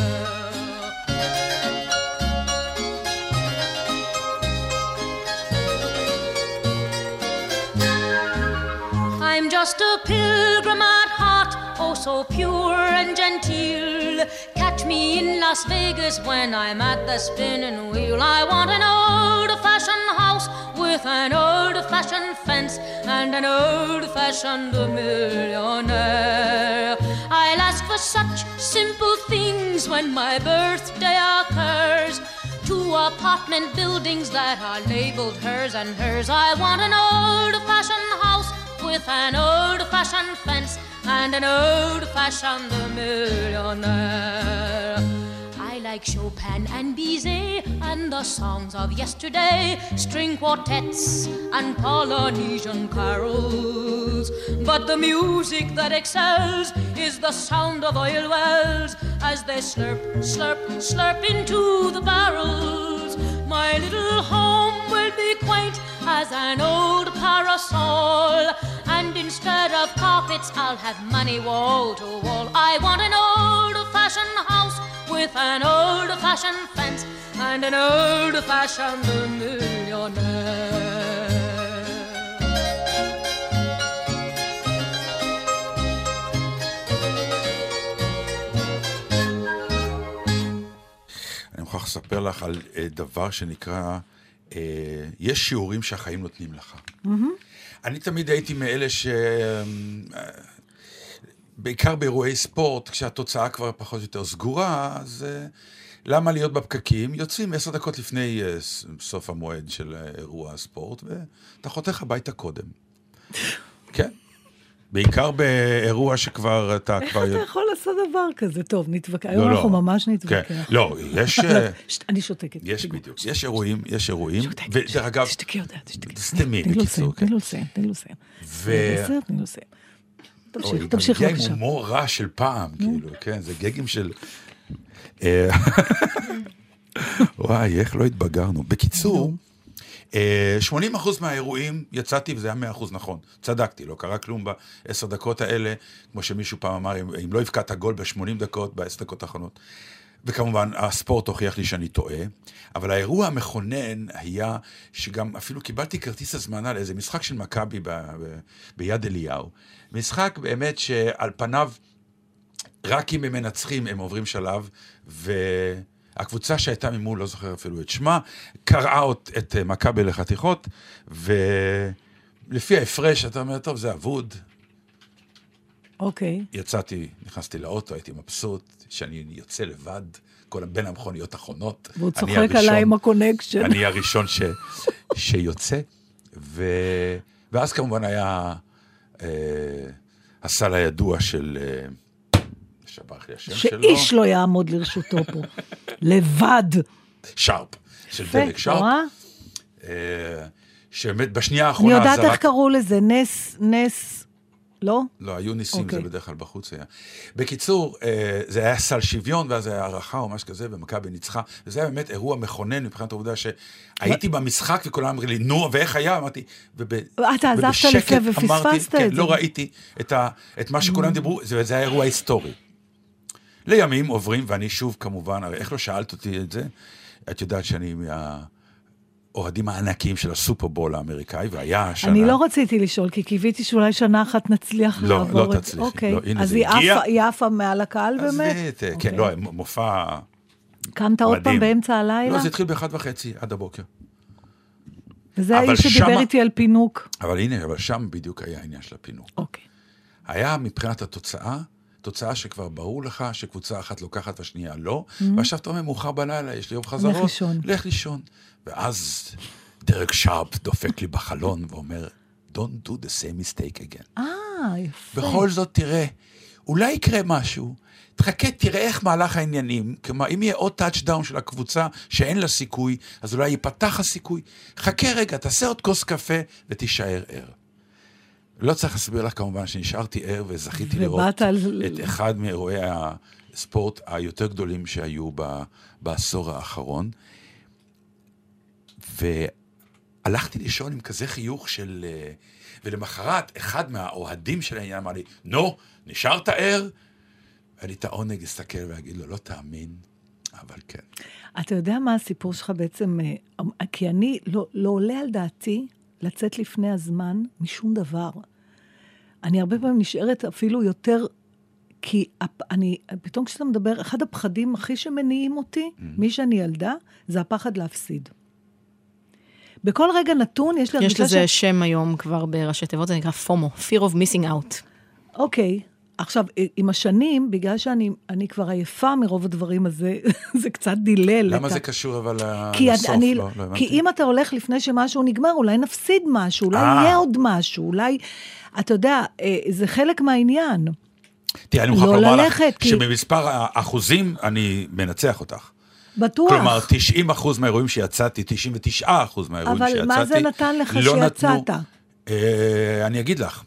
I'm just a pilgrim at heart, oh so pure and genteel. Catch me in Las Vegas when I'm at the spinning wheel. I want an old-fashioned house with an old-fashioned fence and an old-fashioned millionaire. I'll ask for such simple things when my birthday occurs. Two apartment buildings that are labeled hers and hers. I want an old-fashioned house with an old-fashioned fence and an old-fashioned millionaire. I like Chopin and Bizet and the songs of yesterday, string quartets and Polynesian carols. But the music that excels is the sound of oil wells as they slurp, slurp, slurp into the barrels. My little home will be quaint as an old parasol, and instead of carpets I'll have money wall to wall. I want an old-fashioned house with an old-fashioned fence and an old-fashioned millionaire. אני מוכרח לספר לך על דבר שנקרא, יש שיעורים שהחיים נותנים לך. אני תמיד הייתי מאלה ש... בעיקר באירועי ספורט, כשהתוצאה כבר פחות או יותר סגורה, אז למה להיות בפקקים? יוצאים עשר דקות לפני סוף המועד של אירוע הספורט, ואתה חותך הביתה קודם. כן. בעיקר באירוע שכבר אתה כבר... איך אתה יכול לעשות דבר כזה? טוב, נתווכח. היום אנחנו ממש נתווכח. לא, יש... אני שותקת. יש בדיוק. יש אירועים, יש אירועים. שותקת. אגב... תשתקי יודעת, תשתקי. סתמי, בקיצור. תן לו לסיים, תן לו לסיים. תן לו לסיים. תמשיך, תמשיך בבקשה. זה עם הומור רע של פעם, כאילו, כן? זה גגים של... וואי, איך לא התבגרנו. בקיצור... שמונים אחוז מהאירועים יצאתי, וזה היה מאה אחוז נכון. צדקתי, לא קרה כלום בעשר דקות האלה, כמו שמישהו פעם אמר, אם לא הבקעת גול ב-שמונים דקות, בעשר דקות האחרונות. וכמובן, הספורט הוכיח לי שאני טועה, אבל האירוע המכונן היה שגם אפילו קיבלתי כרטיס הזמנה לאיזה משחק של מכבי ב- ב- ביד אליהו. משחק באמת שעל פניו, רק אם הם מנצחים, הם עוברים שלב, ו... הקבוצה שהייתה ממול, לא זוכר אפילו את שמה, קראה את מכבי לחתיכות, ולפי ההפרש, אתה אומר, טוב, זה אבוד. אוקיי. יצאתי, נכנסתי לאוטו, הייתי מבסוט, שאני יוצא לבד, כל בין המכוניות האחרונות. והוא צוחק עליי עם הקונקשן. אני הראשון ש, שיוצא, ו, ואז כמובן היה אה, הסל הידוע של... אה, שאיש לא יעמוד לרשותו פה. לבד. שרפ. של דרק שרפ. שבאמת בשנייה האחרונה... אני יודעת איך קראו לזה, נס, נס, לא? לא, היו ניסים, זה בדרך כלל בחוץ היה. בקיצור, זה היה סל שוויון, ואז היה הערכה או משהו כזה, ומכבי ניצחה, וזה היה באמת אירוע מכונן, מבחינת העובדה שהייתי במשחק, וכולם אמרו לי, נו, ואיך היה? אמרתי, אתה עזבת לפי ופספסת את זה. לא ראיתי את מה שכולם דיברו, זה היה אירוע היסטורי. לימים עוברים, ואני שוב כמובן, הרי איך לא שאלת אותי את זה? את יודעת שאני מהאוהדים הענקיים של הסופרבול האמריקאי, והיה השנה... אני לא רציתי לשאול, כי קיוויתי שאולי שנה אחת נצליח לעבור את... לא, לא תצליחי. אוקיי, לא, הנה אז זה היא הגיע. היא עפה מעל הקהל באמת? אז כן, לא, מופע מדהים. קמת עוד פעם באמצע הלילה? לא, זה התחיל באחד וחצי עד הבוקר. וזה האיש שדיבר איתי על פינוק. אבל הנה, אבל שם בדיוק היה העניין של הפינוק. אוקיי. היה מבחינת התוצאה, תוצאה שכבר ברור לך שקבוצה אחת לוקחת והשנייה לא, ועכשיו אתה אומר, מאוחר בלילה, יש לי יום חזרות, לך לישון. לך לישון. ואז דרק שרפ דופק לי בחלון ואומר, don't do the same mistake again. אה, יפה. בכל זאת תראה, אולי יקרה משהו, תחכה, תראה איך מהלך העניינים, כלומר, אם יהיה עוד טאצ'דאון של הקבוצה שאין לה סיכוי, אז אולי ייפתח הסיכוי, חכה רגע, תעשה עוד כוס קפה ותישאר ער. לא צריך להסביר לך כמובן שנשארתי ער וזכיתי לראות על... את אחד מאירועי הספורט היותר גדולים שהיו ב... בעשור האחרון. והלכתי לישון עם כזה חיוך של... ולמחרת אחד מהאוהדים של העניין אמר לי, נו, נשארת ער? היה לי את העונג להסתכל ולהגיד לו, לא תאמין, אבל כן. אתה יודע מה הסיפור שלך בעצם? כי אני לא, לא עולה על דעתי לצאת לפני הזמן משום דבר. אני הרבה פעמים נשארת אפילו יותר, כי אני, פתאום כשאתה מדבר, אחד הפחדים הכי שמניעים אותי, mm-hmm. מי שאני ילדה, זה הפחד להפסיד. בכל רגע נתון, יש לי... יש לזה ש... שם היום כבר בראשי תיבות, זה נקרא פומו, Fear of Missing Out. אוקיי, עכשיו, עם השנים, בגלל שאני אני כבר עייפה מרוב הדברים הזה, זה קצת דילל. למה את זה ה... קשור אבל כי לסוף? אני, לא, לא כי אם אתה הולך לפני שמשהו נגמר, אולי נפסיד משהו, אולי 아. יהיה עוד משהו, אולי, אתה יודע, זה חלק מהעניין. תראה, אני מוכרח לומר לך שבמספר האחוזים אני מנצח אותך. בטוח. כלומר, תשעים אחוז מהאירועים שיצאתי, תשעים ותשעה אחוז מהאירועים שיצאתי. אבל מה זה נתן לך שיצאת? אני אגיד לך,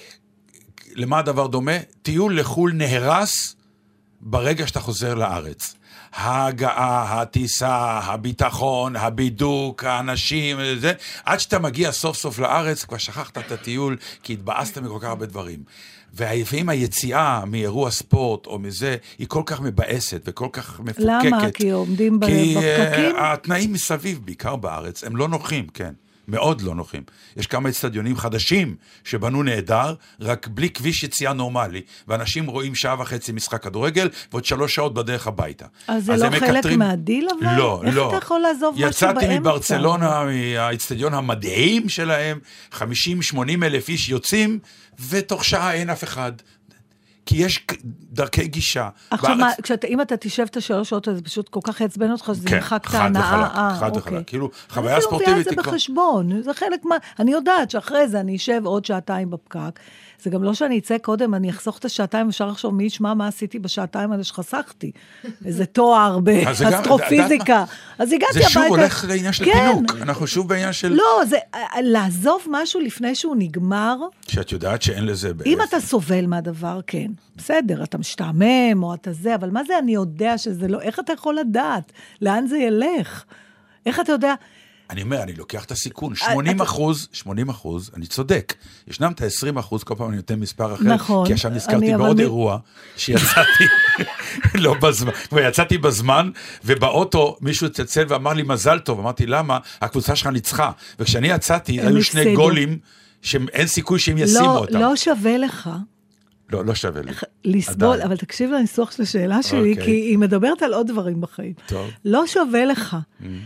למה הדבר דומה? טיול לחול נהרס ברגע שאתה חוזר לארץ. ההגעה, הטיסה, הביטחון, הבידוק, האנשים, זה, עד שאתה מגיע סוף סוף לארץ, כבר שכחת את הטיול, כי התבאסת מכל כך הרבה דברים. ולפעמים היציאה מאירוע ספורט או מזה, היא כל כך מבאסת וכל כך מפוקקת. למה? כי עומדים בפקקים? כי התנאים מסביב, בעיקר בארץ, הם לא נוחים, כן. מאוד לא נוחים. יש כמה אצטדיונים חדשים שבנו נהדר, רק בלי כביש יציאה נורמלי, ואנשים רואים שעה וחצי משחק כדורגל, ועוד שלוש שעות בדרך הביתה. אז זה לא חלק מקטרים... מהדיל אבל? לא, איך לא. איך אתה יכול לעזוב משהו באמצע? יצאתי מברצלונה, מהאצטדיון המדהים שלהם, חמישים שמונים אלף איש יוצאים, ותוך שעה אין אף אחד. כי יש דרכי גישה. עכשיו, מה, אם אתה תשב את השלוש שעות, זה פשוט כל כך יעצבן אותך, שזה נמחק את ההנאה. חד וחלק, כאילו, חוויה ספורטיבית. אני אפילו מביאה את זה בחשבון, זה חלק מה, אני יודעת שאחרי זה אני אשב עוד שעתיים בפקק, זה גם לא שאני אצא קודם, אני אחסוך את השעתיים, אפשר לחשוב מי ישמע מה עשיתי בשעתיים האלה שחסכתי. איזה תואר באסטרופיזיקה. אז הגעתי הביתה. זה שוב הולך לעניין של פינוק. אנחנו שוב בעניין של... לא, זה לעזוב משהו לפני שהוא נגמר. שאת יודעת שאין לזה... אם אתה סובל מהדבר, כן. בסדר, אתה משתעמם או אתה זה, אבל מה זה אני יודע שזה לא... איך אתה יכול לדעת? לאן זה ילך? איך אתה יודע... אני אומר, אני לוקח את הסיכון, שמונים אחוז, שמונים אחוז, אני צודק. ישנם את ה-עשרים אחוז, כל פעם אני נותן מספר אחר, נכון, כי עכשיו נזכרתי בעוד אירוע, שיצאתי, לא בזמן, ויצאתי בזמן, ובאוטו מישהו צלצל ואמר לי, מזל טוב, אמרתי, למה? הקבוצה שלך ניצחה. וכשאני יצאתי, היו שני גולים, שאין סיכוי שהם ישימו אותם. לא שווה לך. לא, לא שווה לי. לסבול, אבל תקשיב לניסוח של השאלה שלי, כי היא מדברת על עוד דברים בחיים. טוב. לא שווה לך.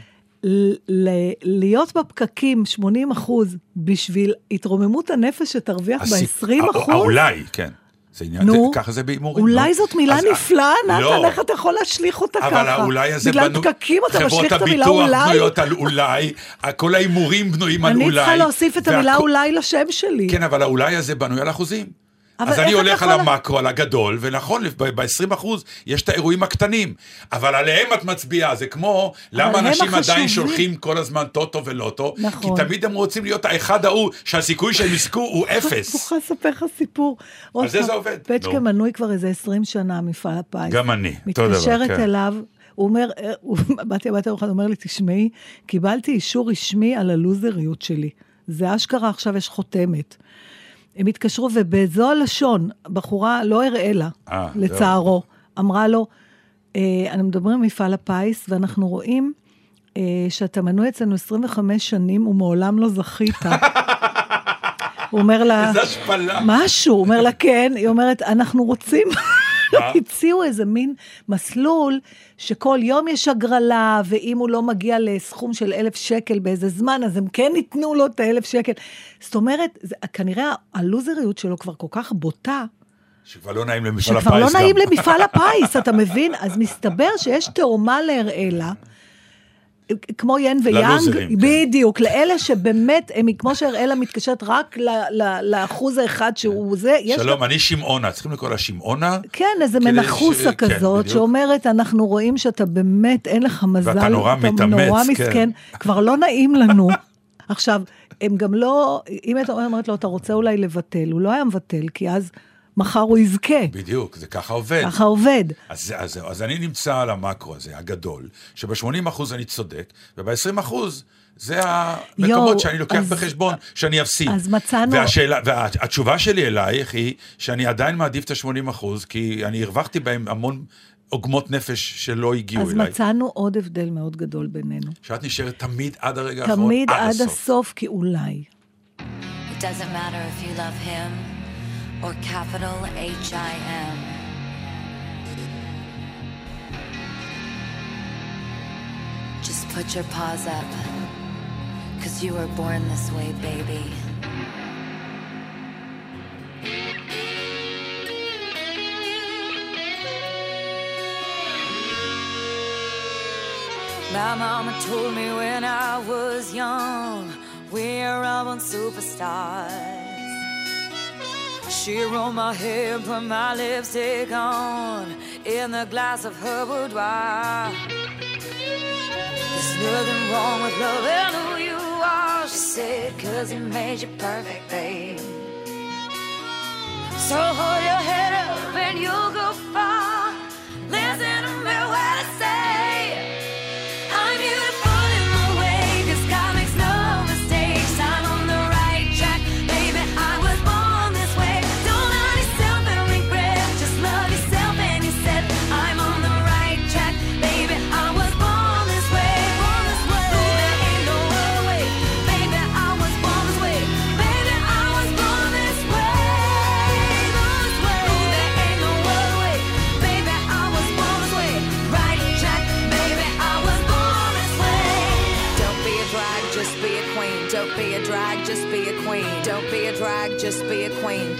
להיות בפקקים שמונים אחוז בשביל התרוממות הנפש שתרוויח ב-עשרים אחוז? אולי, כן. נו, ככה זה באימורים. אולי זאת מילה נפלאה, נתן, איך אתה יכול להשליך אותה ככה? אבל האולי הזה בגלל פקקים אתה משליך את המילה אולי? חברות הביטוח בנויות על אולי, כל האימורים בנויים על אולי. אני צריכה להוסיף את המילה אולי לשם שלי. כן, אבל האולי הזה בנוי על אחוזים. אז אני הולך על המקרו, על הגדול, ונכון, ב-עשרים אחוז יש את האירועים הקטנים, אבל עליהם את מצביעה, זה כמו, למה אנשים עדיין שולחים כל הזמן טוטו ולוטו, כי תמיד הם רוצים להיות האחד ההוא, שהסיכוי שהם יזכו הוא אפס. אני מוכן לספר לך סיפור. על זה זה עובד. פצ'קה מנוי כבר איזה עשרים שנה, מפעל הפיס. גם אני, אותו דבר. מתקשרת אליו, הוא אומר, באתי הביתה, הוא אומר לי, תשמעי, קיבלתי אישור רשמי על הלוזריות שלי. זה אשכרה, עכשיו יש חותמת. הם התקשרו, ובזו הלשון, בחורה לא הראה לה, לצערו, אמרה לו, אני מדברים עם מפעל הפיס, ואנחנו רואים שאתה מנוי אצלנו עשרים וחמש שנים, ומעולם לא זכית. הוא אומר לה, איזה השפלה. משהו, הוא אומר לה, כן, היא אומרת, אנחנו רוצים... הציעו איזה מין מסלול שכל יום יש הגרלה, ואם הוא לא מגיע לסכום של אלף שקל באיזה זמן, אז הם כן ייתנו לו את האלף שקל. זאת אומרת, זה, כנראה הלוזריות שלו כבר כל כך בוטה, שכבר לא נעים למפעל הפיס. שכבר לא נעים למפעל הפיס, אתה מבין? אז מסתבר שיש תאומה להראלה, כמו ין ויאנג, בדיוק, לאלה שבאמת, הם, כמו שהראלה מתקשרת רק לאחוז האחד שהוא זה. שלום, אני שמעונה, צריכים לקרוא לה שמעונה? כן, איזה מנחוסה כזאת, שאומרת, אנחנו רואים שאתה באמת, אין לך מזל, ואתה נורא מתאמץ, כן. כבר לא נעים לנו. עכשיו, הם גם לא, אם אתה אומרת לו, אתה רוצה אולי לבטל, הוא לא היה מבטל, כי אז... מחר הוא יזכה. בדיוק, זה ככה עובד. ככה עובד. אז, אז, אז אני נמצא על המקרו הזה, הגדול, שב-שמונים אחוז אני צודק, וב-עשרים אחוז זה המקומות יו, שאני לוקח אז, בחשבון, שאני אפסיד. אז מצאנו... והשאלה, והתשובה שלי אלייך היא, שאני עדיין מעדיף את ה-שמונים אחוז, כי אני הרווחתי בהם המון עוגמות נפש שלא הגיעו אז אליי. אז מצאנו עוד הבדל מאוד גדול בינינו. שאת נשארת תמיד עד הרגע האחרון, תמיד עד, עד הסוף. הסוף, כי אולי. It doesn't matter if you love him, or capital H I M. Just put your paws up, 'cause you were born this way, baby. My mama told me when I was young, we're all born superstars. She rolled my hair, put my lipstick on in the glass of her boudoir. There's nothing wrong with loving who you are, she said, cause he made you perfect, babe. So hold your head up and you'll go far. Listen to me when I say I'm beautiful in my way, cause God makes no mistakes. I'm on the right track, baby, I was born this way. Don't hurt yourself and regret, just love yourself. And he said I'm on the right track, baby, I was born this way. Born this way. Ooh, there ain't no other way, baby, I was born this way. Baby, I was born this way. Born this way. Ooh, there ain't no other way, baby, I was born this way. Right track, baby, I was born this way. Don't be a drag, just be a queen. Don't be a drag, just be a queen. Don't be a drag, just be a queen.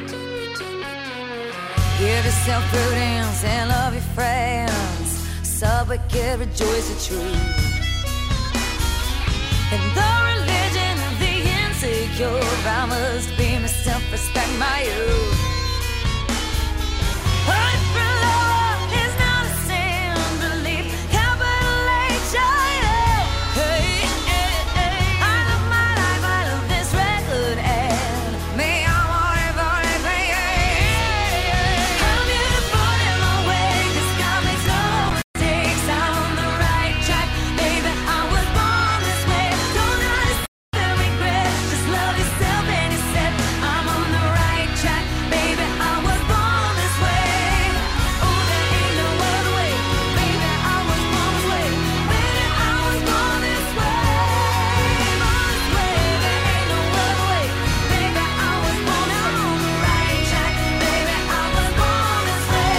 Give yourself prudence and love your friends. Subway kid, rejoice the truth. And the religion of the insecure, I must be myself, respect my youth. Hurt for love is not a sin, believe capital H I L. Hey, hey, hey. I love my life, I love this record, and me, I want it for everything. I'm beautiful in my way, cause God makes no mistakes. I'm on the right track, baby, I was born this way. Don't hurt yourself and regret, just love yourself. And he said I'm on the right track, baby, I was born this way. Oh, there ain't no other way, baby, I was born this way. Baby, I was born this way. Born this way, there ain't no other way, baby, I was born. I'm on the right track, baby, I was born this way.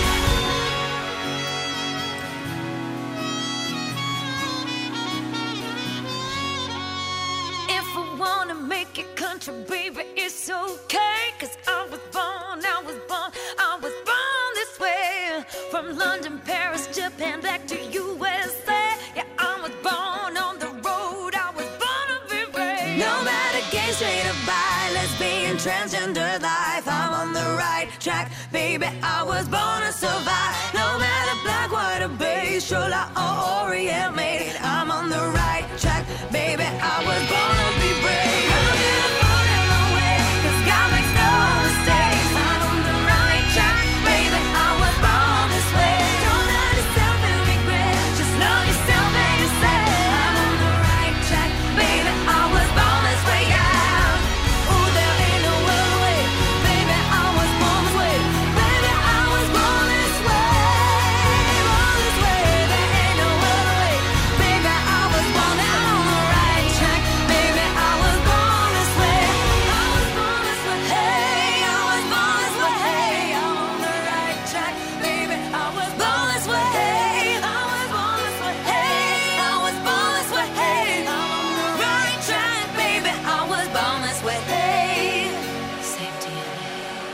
If I wanna make it country, baby, it's okay. Cause I was born, I was born, I was born this way. From London, Paris, Japan, back to U S A. Yeah, I was born on the road, I was born to be brave. No matter gay, straight or bi, lesbian, transgender life, I'm on the right track, baby, I was born to survive. No matter black, white or beige, Chola or Orient made, I'm on the right track, baby, I was born to be brave. I'm beautiful in my way, cause God makes no mistakes. I'm on the right track, baby, I was born this way. Don't hurt yourself and regret, just love yourself. And you say I'm on the right track, baby, I was born this way. Yeah. Ooh, there ain't no other way, baby, I was born this way. Baby, I was born this way. Born this way, there ain't no other way, baby, I was born. I'm on the right track, baby, I was born this way. I was born this way. Hey, I was born this way. Hey, I'm on the right track, baby, I was born this way. I was born this way. Hey, I was born this way. Hey, I'm on the right track, baby, I was born this way. Hey, same D N A.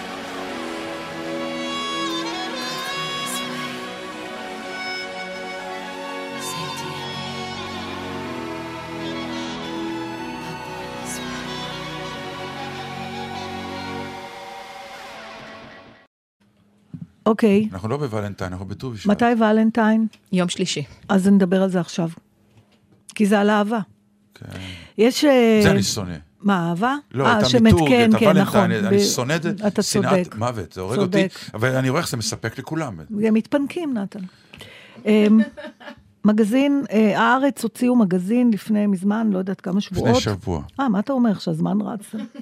This way. Same D N A. But born this way. אוקיי, אנחנו לא בוולנטיין, אנחנו בט"ו בשבט. מתי ולנטיין? יום שלישי. אז נדבר על זה עכשיו. כי זה על אהבה. כן. יש... זה אני שונא. מה, אהבה? לא, אה, את שמת- המיתוג, כן, את כן, נכון. הוולנטיין, אני ב- שונא את זה, אתה שנאת צודק. מוות, זה הורג צודק. אותי, אבל אני רואה איך זה מספק לכולם. הם מתפנקים, נתן. אמ, מגזין, אה, הארץ הוציאו מגזין לפני מזמן, לא יודעת כמה שבועות. לפני שבוע. אה, מה אתה אומר עכשיו? זמן רץ.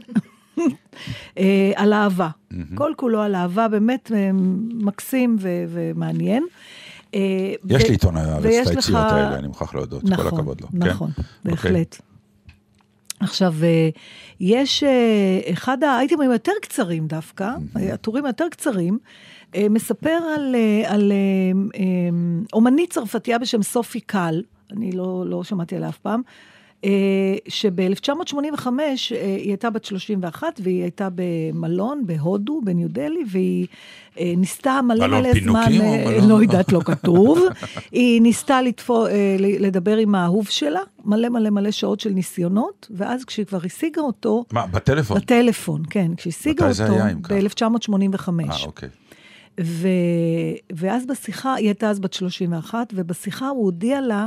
אה, על אהבה. כל כולו על אהבה, באמת אה, מקסים ו- ומעניין. אה, יש ו- לי עיתון הארץ, ויש את היציאות לך- האלה, אני מוכרח להודות, כל נכון, הכבוד לו. נכון, כן? בהחלט. עכשיו, אה, יש אה, אחד האייטמים היותר קצרים דווקא, הטורים היותר קצרים, אה, מספר על, אה, על אה, אה, אומנית צרפתייה בשם סופי קל, אני לא, לא שמעתי עליה אף פעם, שב-אלף תשע מאות שמונים וחמש היא הייתה בת שלושים ואחת, והיא הייתה במלון, בהודו, בניו דלי, והיא ניסתה מלא מלא זמן, לא יודעת, לא כתוב, היא ניסתה לדבר עם האהוב שלה, מלא מלא מלא שעות של ניסיונות, ואז כשהיא כבר השיגה אותו... מה, בטלפון? בטלפון, כן, כשהיא השיגה אותו ב-אלף תשע מאות שמונים וחמש. אה, אוקיי. ו... ואז בשיחה, היא הייתה אז בת שלושים ואחת, ובשיחה הוא הודיע לה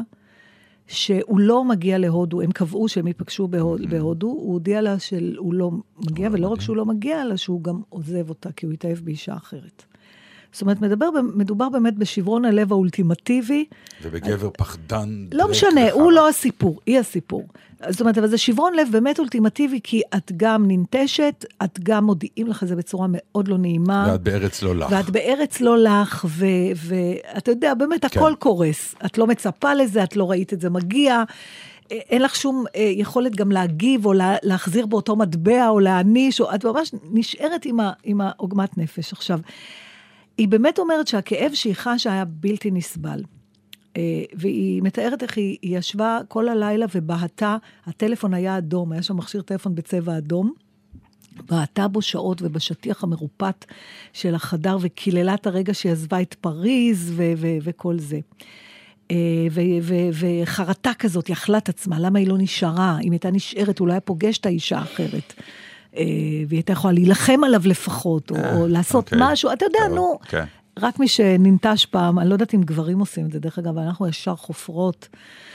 שהוא לא מגיע להודו, הם קבעו שהם ייפגשו בהוד... בהודו, הוא הודיע לה שהוא לא מגיע, ולא רק שהוא לא מגיע, אלא שהוא גם עוזב אותה, כי הוא התאהב באישה אחרת. זאת אומרת, מדבר, מדובר באמת בשברון הלב האולטימטיבי. ובגבר פחדן. לא משנה, הוא לא הסיפור, היא הסיפור. זאת אומרת, אבל זה שברון לב באמת אולטימטיבי, כי את גם ננטשת, את גם מודיעים לך זה בצורה מאוד לא נעימה. ואת בארץ לא לך. ואת בארץ לא לך, ואתה יודע, באמת הכל קורס. את לא מצפה לזה, את לא ראית את זה מגיע, אין לך שום יכולת גם להגיב, או להחזיר באותו מטבע, או להעניש, או את ממש נשארת עם העוגמת נפש. עכשיו, היא באמת אומרת שהכאב שהיא חשה היה בלתי נסבל. והיא מתארת איך היא, היא ישבה כל הלילה ובהתה, הטלפון היה אדום, היה שם מכשיר טלפון בצבע אדום, בהתה בו שעות ובשטיח המרופט של החדר, וכיללה את הרגע שהיא עזבה את פריז ו- ו- וכל זה. ו- ו- וחרטה כזאת, יחלה את עצמה, למה היא לא נשארה? אם הייתה נשארת, אולי פוגשת האישה אחרת. והיא הייתה יכולה להילחם עליו לפחות, או לעשות משהו, אתה יודע, נו, רק מי שננטש פעם, אני לא יודעת אם גברים עושים את זה, דרך אגב, אנחנו ישר חופרות,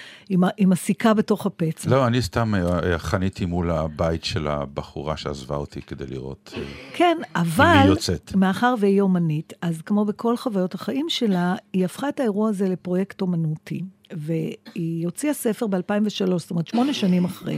עם הסיכה בתוך הפצע. לא, אני סתם חניתי מול הבית של הבחורה שעזבה אותי, כדי לראות כן, אבל, מאחר והיא אומנית, אז כמו בכל חוויות החיים שלה, היא הפכה את האירוע הזה לפרויקט אומנותי, והיא הוציאה ספר ב-אלפיים ושלוש, זאת אומרת, שמונה שנים אחרי,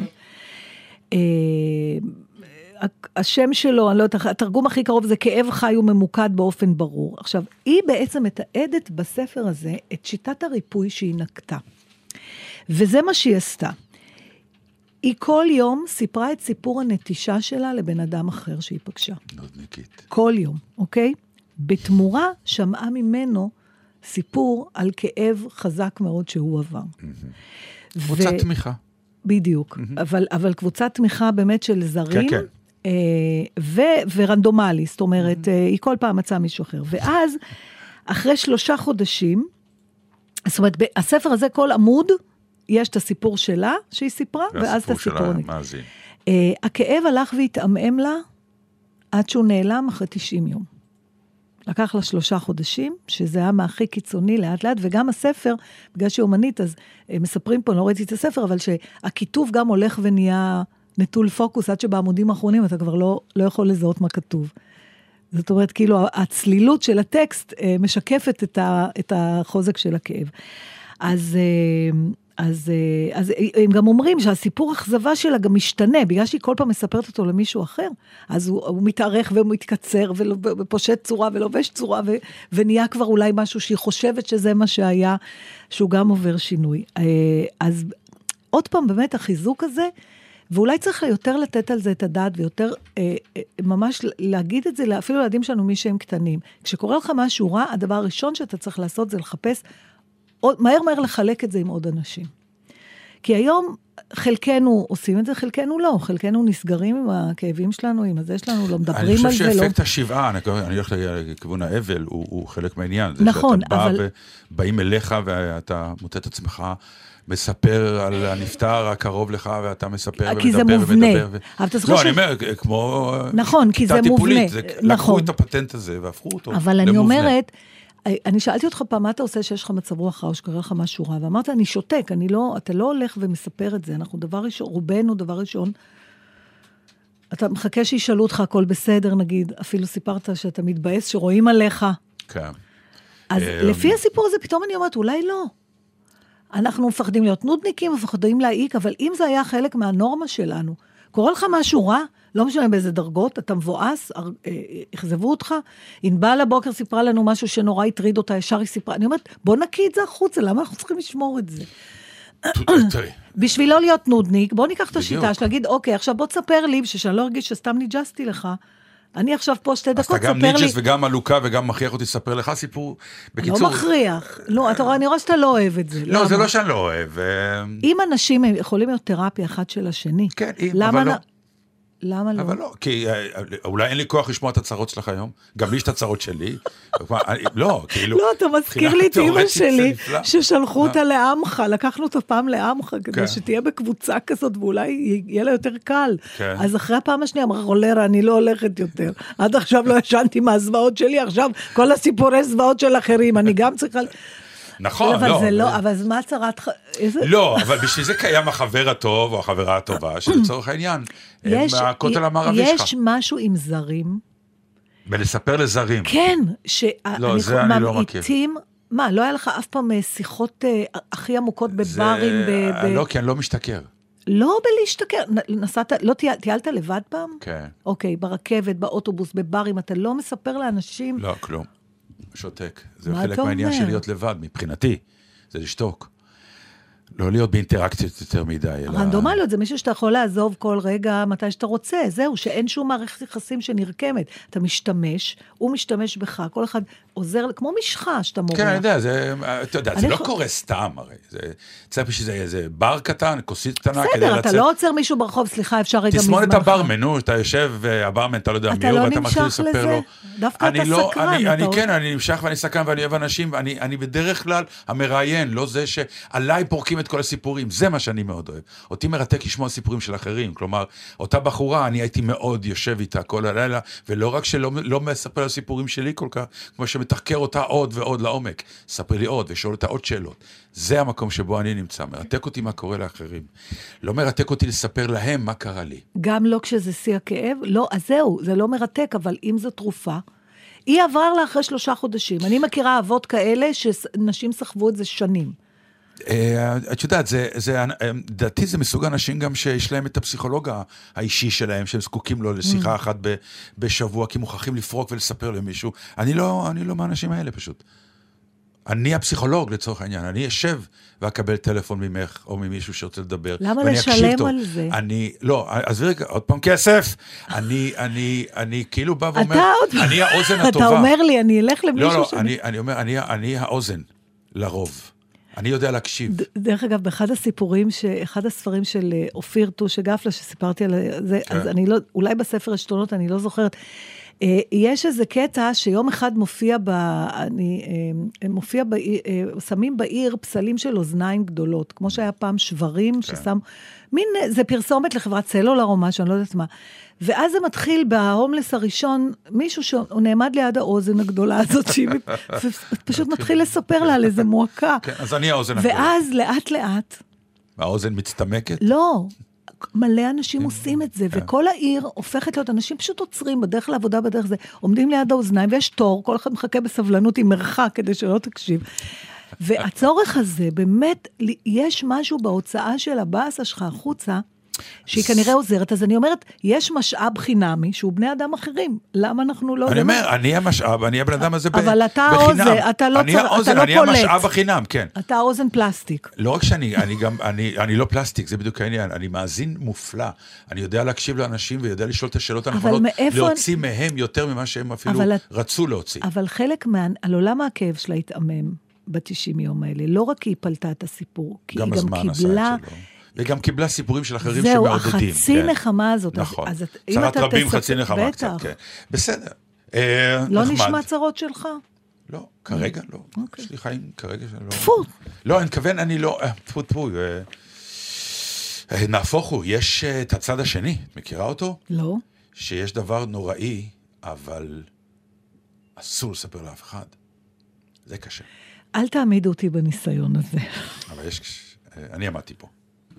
השם שלו, אני לא יודעת, התרגום הכי קרוב זה כאב חי וממוקד באופן ברור. עכשיו, היא בעצם מתעדת בספר הזה את שיטת הריפוי שהיא נקטה. וזה מה שהיא עשתה. היא כל יום סיפרה את סיפור הנטישה שלה לבן אדם אחר שהיא פגשה. נודניקית. כל יום, אוקיי? בתמורה שמעה ממנו סיפור על כאב חזק מאוד שהוא עבר. קבוצת תמיכה. בדיוק, אבל, אבל קבוצת תמיכה באמת של זרים, כן, כן. ו, ורנדומלי, זאת אומרת, היא כל פעם מצאה מישהו אחר. ואז, אחרי שלושה חודשים, זאת אומרת, הספר הזה, כל עמוד, יש את הסיפור שלה, שהיא סיפרה, ואז את הסיפור. הכאב הלך והתעמם לה, עד שהוא נעלם אחרי תשעים יום. לקח לה שלושה חודשים, שזה היה מהכי קיצוני לאט לאט, וגם הספר, בגלל שהיא אומנית, אז מספרים פה, לא ראיתי את הספר, אבל שהכיתוב גם הולך ונהיה נטול פוקוס, עד שבעמודים האחרונים אתה כבר לא, לא יכול לזהות מה כתוב. זאת אומרת, כאילו, הצלילות של הטקסט משקפת את, ה, את החוזק של הכאב. אז... אז, אז הם גם אומרים שהסיפור אכזבה שלה גם משתנה, בגלל שהיא כל פעם מספרת אותו למישהו אחר, אז הוא, הוא מתארך ומתקצר, ופושט צורה ולובש צורה, ו, ונהיה כבר אולי משהו שהיא חושבת שזה מה שהיה, שהוא גם עובר שינוי. אז עוד פעם באמת החיזוק הזה, ואולי צריך יותר לתת על זה את הדעת, ויותר ממש להגיד את זה, אפילו לילדים שלנו מי שהם קטנים. כשקורה לך משהו רע, הדבר הראשון שאתה צריך לעשות זה לחפש, מהר מהר לחלק את זה עם עוד אנשים. כי היום חלקנו עושים את זה, חלקנו לא. חלקנו נסגרים עם הכאבים שלנו, עם הזה שלנו, לא מדברים על זה. אני חושב שאפקט השבעה, אני הולך לכיוון האבל, הוא חלק מהעניין. נכון, אבל... שאתה בא ובאים אליך ואתה מוצא את עצמך, מספר על הנפטר הקרוב לך, ואתה מספר ומדבר ומדבר. כי זה מובנה. לא, אני אומר, כמו כיתה טיפולית. לקחו את הפטנט הזה והפכו אותו למובנה. אבל אני אומרת, אני שאלתי אותך פעם, מה אתה עושה שיש לך מצב רוח רע, או שקרה לך משהו רע, ואמרת, אני שותק, אני לא, אתה לא הולך ומספר את זה, אנחנו דבר ראשון, רובנו דבר ראשון, אתה מחכה שישאלו אותך, הכל בסדר, נגיד, אפילו סיפרת שאתה מתבאס, שרואים עליך. כן. אז לפי הסיפור הזה, פתאום אני אומרת, אולי לא. אנחנו מפחדים להיות נודניקים, מפחדים להעיק, אבל אם זה היה חלק מהנורמה שלנו, קורה לך משהו רע, לא משנה באיזה דרגות, אתה מבואס, החזבו אותך, ענבל הבוקר סיפרה לנו משהו שנורא הטריד אותה, ישר היא סיפרה, אני אומרת, בוא נקיא את זה החוצה, למה אנחנו צריכים לשמור את זה? בשביל לא להיות נודניק, בוא ניקח את השיטה, שלהגיד, אוקיי, עכשיו בוא תספר לי, שאני לא ארגיש שסתם ניג'סתי לך, אני עכשיו פה שתי דקות, אז אתה גם ניג'ס וגם מלוקה וגם מכריח אותי לספר לך סיפור. בקיצור... לא מכריח. לא, אתה רואה, אני רואה שאתה לא אוהב את זה. לא, זה לא שאני לא אוהב. אם אנשים יכולים להיות תרפיה אחד של השני. כן, אבל לא. למה לא? אבל לא, כי אולי אין לי כוח לשמוע את הצרות שלך היום, גם לי יש את הצרות שלי, לא, כאילו... לא, אתה מזכיר לי את אמא שלי, ששלחו אותה לעמך, לקחנו אותה פעם לעמך, כדי שתהיה בקבוצה כזאת, ואולי יהיה לה יותר קל. אז אחרי הפעם השנייה, אמרה, רולרה, אני לא הולכת יותר. עד עכשיו לא ישנתי מהזוועות שלי, עכשיו כל הסיפורי זוועות של אחרים, אני גם צריכה... נכון, אבל לא. זה לא, אבל מה צרת... לא, אבל בשביל זה קיים החבר הטוב או החברה הטובה, שלצורך העניין, הם מהכותל המערבי שלך. יש משהו עם זרים. ולספר לזרים. כן, לא, זה אני לא מכיר. מה, לא היה לך אף פעם שיחות הכי עמוקות בברים? לא, כי אני לא משתכר. לא בלהשתכר, נסעת, לא טיילת לבד פעם? כן. אוקיי, ברכבת, באוטובוס, בברים, אתה לא מספר לאנשים? לא, כלום. שותק. זה חלק מהעניין של להיות לבד, מבחינתי. זה לשתוק. לא להיות באינטראקציות יותר מדי. רנדומליות, זה מישהו שאתה יכול לעזוב כל רגע מתי שאתה רוצה. זהו, שאין שום מערכת יחסים שנרקמת. אתה משתמש, הוא משתמש בך, כל אחד עוזר, כמו משחה שאתה מורח. כן, אני יודע, זה, אתה יודע, זה לא קורה סתם הרי. זה צריך שזה איזה בר קטן, כוסית קטנה, כדי לצאת. בסדר, אתה לא עוצר מישהו ברחוב, סליחה, אפשר רגע מזמנך. תסמון את הברמן, נו, אתה יושב, הברמן, אתה לא יודע מי הוא, ואתה מתחיל לספר לו. דווקא אתה סקרן. אני כן, אני נמשך ואני סקרן ואני אוהב אנשים, ואני בדרך כלל המראיין, לא זה שעליי פורקים את כל הסיפורים, זה מה שאני מאוד אוהב. אותי מרתק לשמוע סיפורים של אחרים, כלומר, אותה בחורה, אני הייתי מאוד יושב איתה כל הלילה, ולא רק שלא לא מספר על הסיפורים שלי כל כך, כמו שמתחקר אותה עוד ועוד לעומק, ספר לי עוד ושואל אותה עוד שאלות. זה המקום שבו אני נמצא, מרתק אותי מה קורה לאחרים. לא מרתק אותי לספר להם מה קרה לי. גם לא כשזה שיא הכאב? לא, אז זהו, זה לא מרתק, אבל אם זו תרופה, היא עברה לה אחרי שלושה חודשים. אני מכירה אבות כאלה שנשים סחבו את זה שנים. את יודעת, דעתי זה מסוג אנשים גם שיש להם את הפסיכולוג האישי שלהם, שהם זקוקים לו לשיחה אחת בשבוע, כי מוכרחים לפרוק ולספר למישהו. אני לא, אני לא מהאנשים האלה פשוט. אני הפסיכולוג לצורך העניין, אני אשב ואקבל טלפון ממך או ממישהו שרוצה לדבר. למה לשלם על זה? אני, לא, אז רגע, עוד פעם כסף. אני, אני, אני כאילו בא ואומר, אני האוזן הטובה. אתה אומר לי, אני אלך למישהו לא, לא, אני, אני אומר, אני, אני האוזן, לרוב. אני יודע להקשיב. דרך אגב, באחד הסיפורים, אחד הספרים של אופיר טוש גפלה, שסיפרתי על זה, אז אני לא, אולי בספר השתונות, אני לא זוכרת, יש איזה קטע שיום אחד מופיע ב... אני, מופיע ב... שמים בעיר פסלים של אוזניים גדולות, כמו שהיה פעם שברים, ששם... מין, זה פרסומת לחברת סלולר או משהו, אני לא יודעת מה. ואז זה מתחיל בהומלס הראשון, מישהו שהוא נעמד ליד האוזן הגדולה הזאת, ופשוט מתחיל לספר לה על איזה מועקה. כן, אז אני האוזן הגדולה. ואז לאט לאט... האוזן מצטמקת? לא. מלא אנשים עושים את זה, וכל העיר הופכת להיות, אנשים פשוט עוצרים בדרך לעבודה, בדרך זה, עומדים ליד האוזניים, ויש תור, כל אחד מחכה בסבלנות עם מרחק, כדי שלא תקשיב. והצורך הזה, באמת, יש משהו בהוצאה של הבאסה שלך החוצה, שהיא כנראה עוזרת, אז אני אומרת, יש משאב חינמי, שהוא בני אדם אחרים, למה אנחנו לא... אני אומר, אני המשאב, אני הבן אדם הזה בחינם. אבל אתה האוזן, אתה לא פולט. אני המשאב החינם, כן. אתה האוזן פלסטיק. לא רק שאני, אני גם, אני לא פלסטיק, זה בדיוק העניין, אני מאזין מופלא, אני יודע להקשיב לאנשים, ויודע לשאול את השאלות הנכונות, להוציא מהם יותר ממה שהם אפילו רצו להוציא. אבל חלק מה, על עולם הכאב שלה התאמם ב-תשעים יום האלה, לא רק היא פלטה את הסיפור, כי היא גם קיבלה... וגם קיבלה סיפורים של אחרים שמעודדים. זהו, החצי נחמה הזאת. נכון. צרת רבים, חצי נחמה קצת. בסדר. לא נשמע צרות שלך? לא, כרגע לא. יש לי חיים כרגע שלא. תפו. לא, אני מכוון, אני לא... תפו, תפו. נהפוך הוא, יש את הצד השני. את מכירה אותו? לא. שיש דבר נוראי, אבל אסור לספר לאף אחד. זה קשה. אל תעמיד אותי בניסיון הזה. אבל יש... אני עמדתי פה.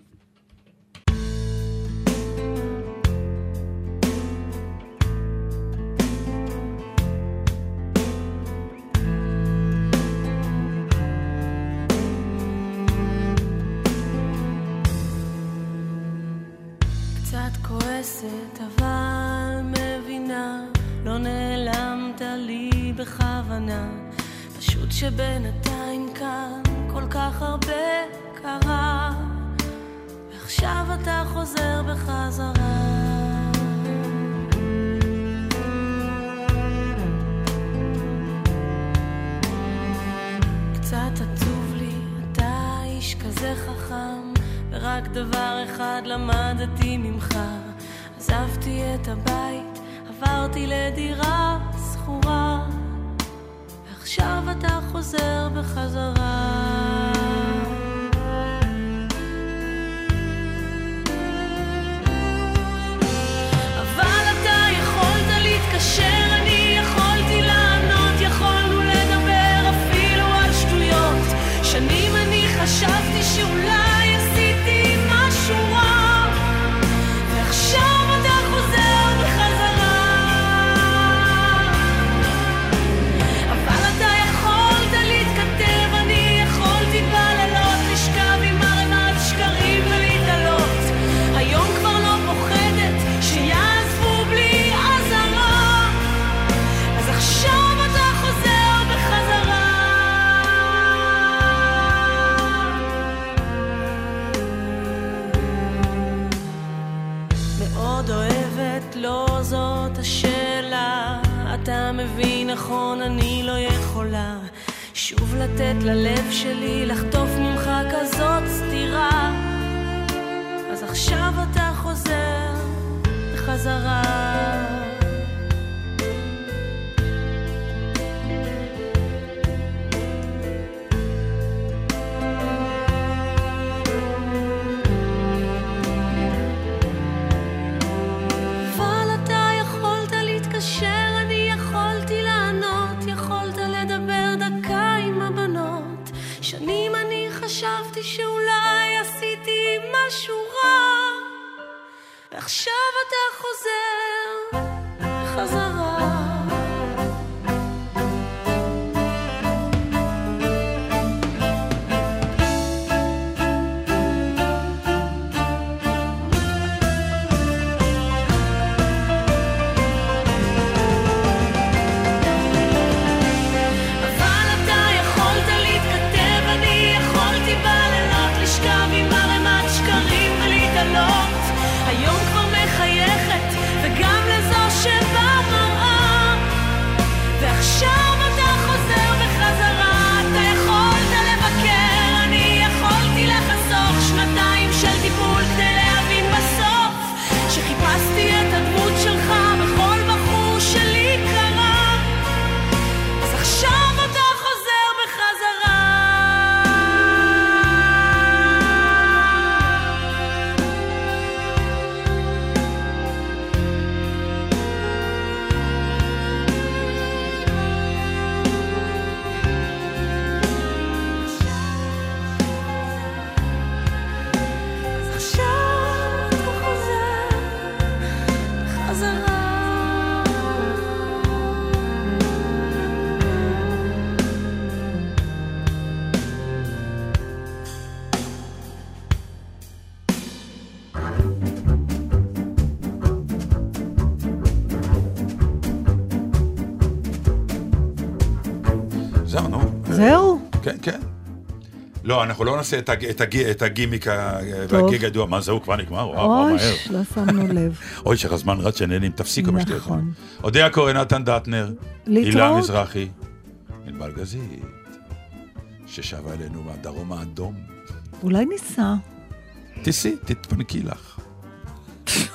כועסת אבל מבינה, לא נעלמת לי בכוונה, פשוט שבינתיים כאן כל כך הרבה קרה, ועכשיו אתה חוזר בחזרה. רק דבר אחד למדתי ממך, עזבתי את הבית, עברתי לדירה סחורה, ועכשיו אתה חוזר בחזרה. אבל אתה יכולת להתקשר, אני יכולתי לענות, יכולנו לדבר אפילו על שטויות. שנים אני חשבתי שאולי עשיתי משהו רע, ועכשיו אתה חוזר בחזרה. אבל אתה יכולת להתכתב, אני יכולתי בלילות לשכב עם ערימת שקרים ולהתעלות. היום כבר לא פוחדת שיעזבו בלי עזרה, אז עכשיו אתה חוזר בחזרה. מאוד אוהבת, לא זאת השאלה, אתה מבין נכון, אני לא יכולה שוב לתת ללב שלי לחטוף ממך כזאת סתירה, אז עכשיו אתה חוזר בחזרה. אבל אתה יכולת להתקשר, אני יכולתי לענות, יכולת לדבר דקה עם הבנות. שנים אני חשבתי שאולי עשיתי משהו רע, ועכשיו אתה חוזר בחזרה. אבל אתה יכולת להתכתב, אני יכולתי בלילות לשכב עם ערימת שקרים ולהתעלות. היום כבר מחייכת, וגם לזו שבמראה, ועכשיו אתה חוזר בחזרה. אתה יכולת לבקר, אני יכולתי לחסוך שנתיים של טיפול כדי להבין בסוף שחיפשתי את הדמות שלך בכל בחור שלי קרה, אז עכשיו אתה חוזר בחזרה. אז עכשיו אתה חוזר בחזרה. זהו, נו. זהו? כן, כן. לא, אנחנו לא נעשה את הג- את הג- את הגימיק ה- טוב. והגיג הידוע. מה זהו, כבר נגמר? וואו, וואו, אוי, מהר. לא שמנו לב. אוי, שהזמן רץ שנהנים, תפסיקו מה שתהיה. נכון. אודיה קורן, נתן דטנר, הילה להתראות. מזרחי, ענבל גזית, ששבה אלינו מהדרום האדום. אולי ניסע. תיסי, תתפנקי לך.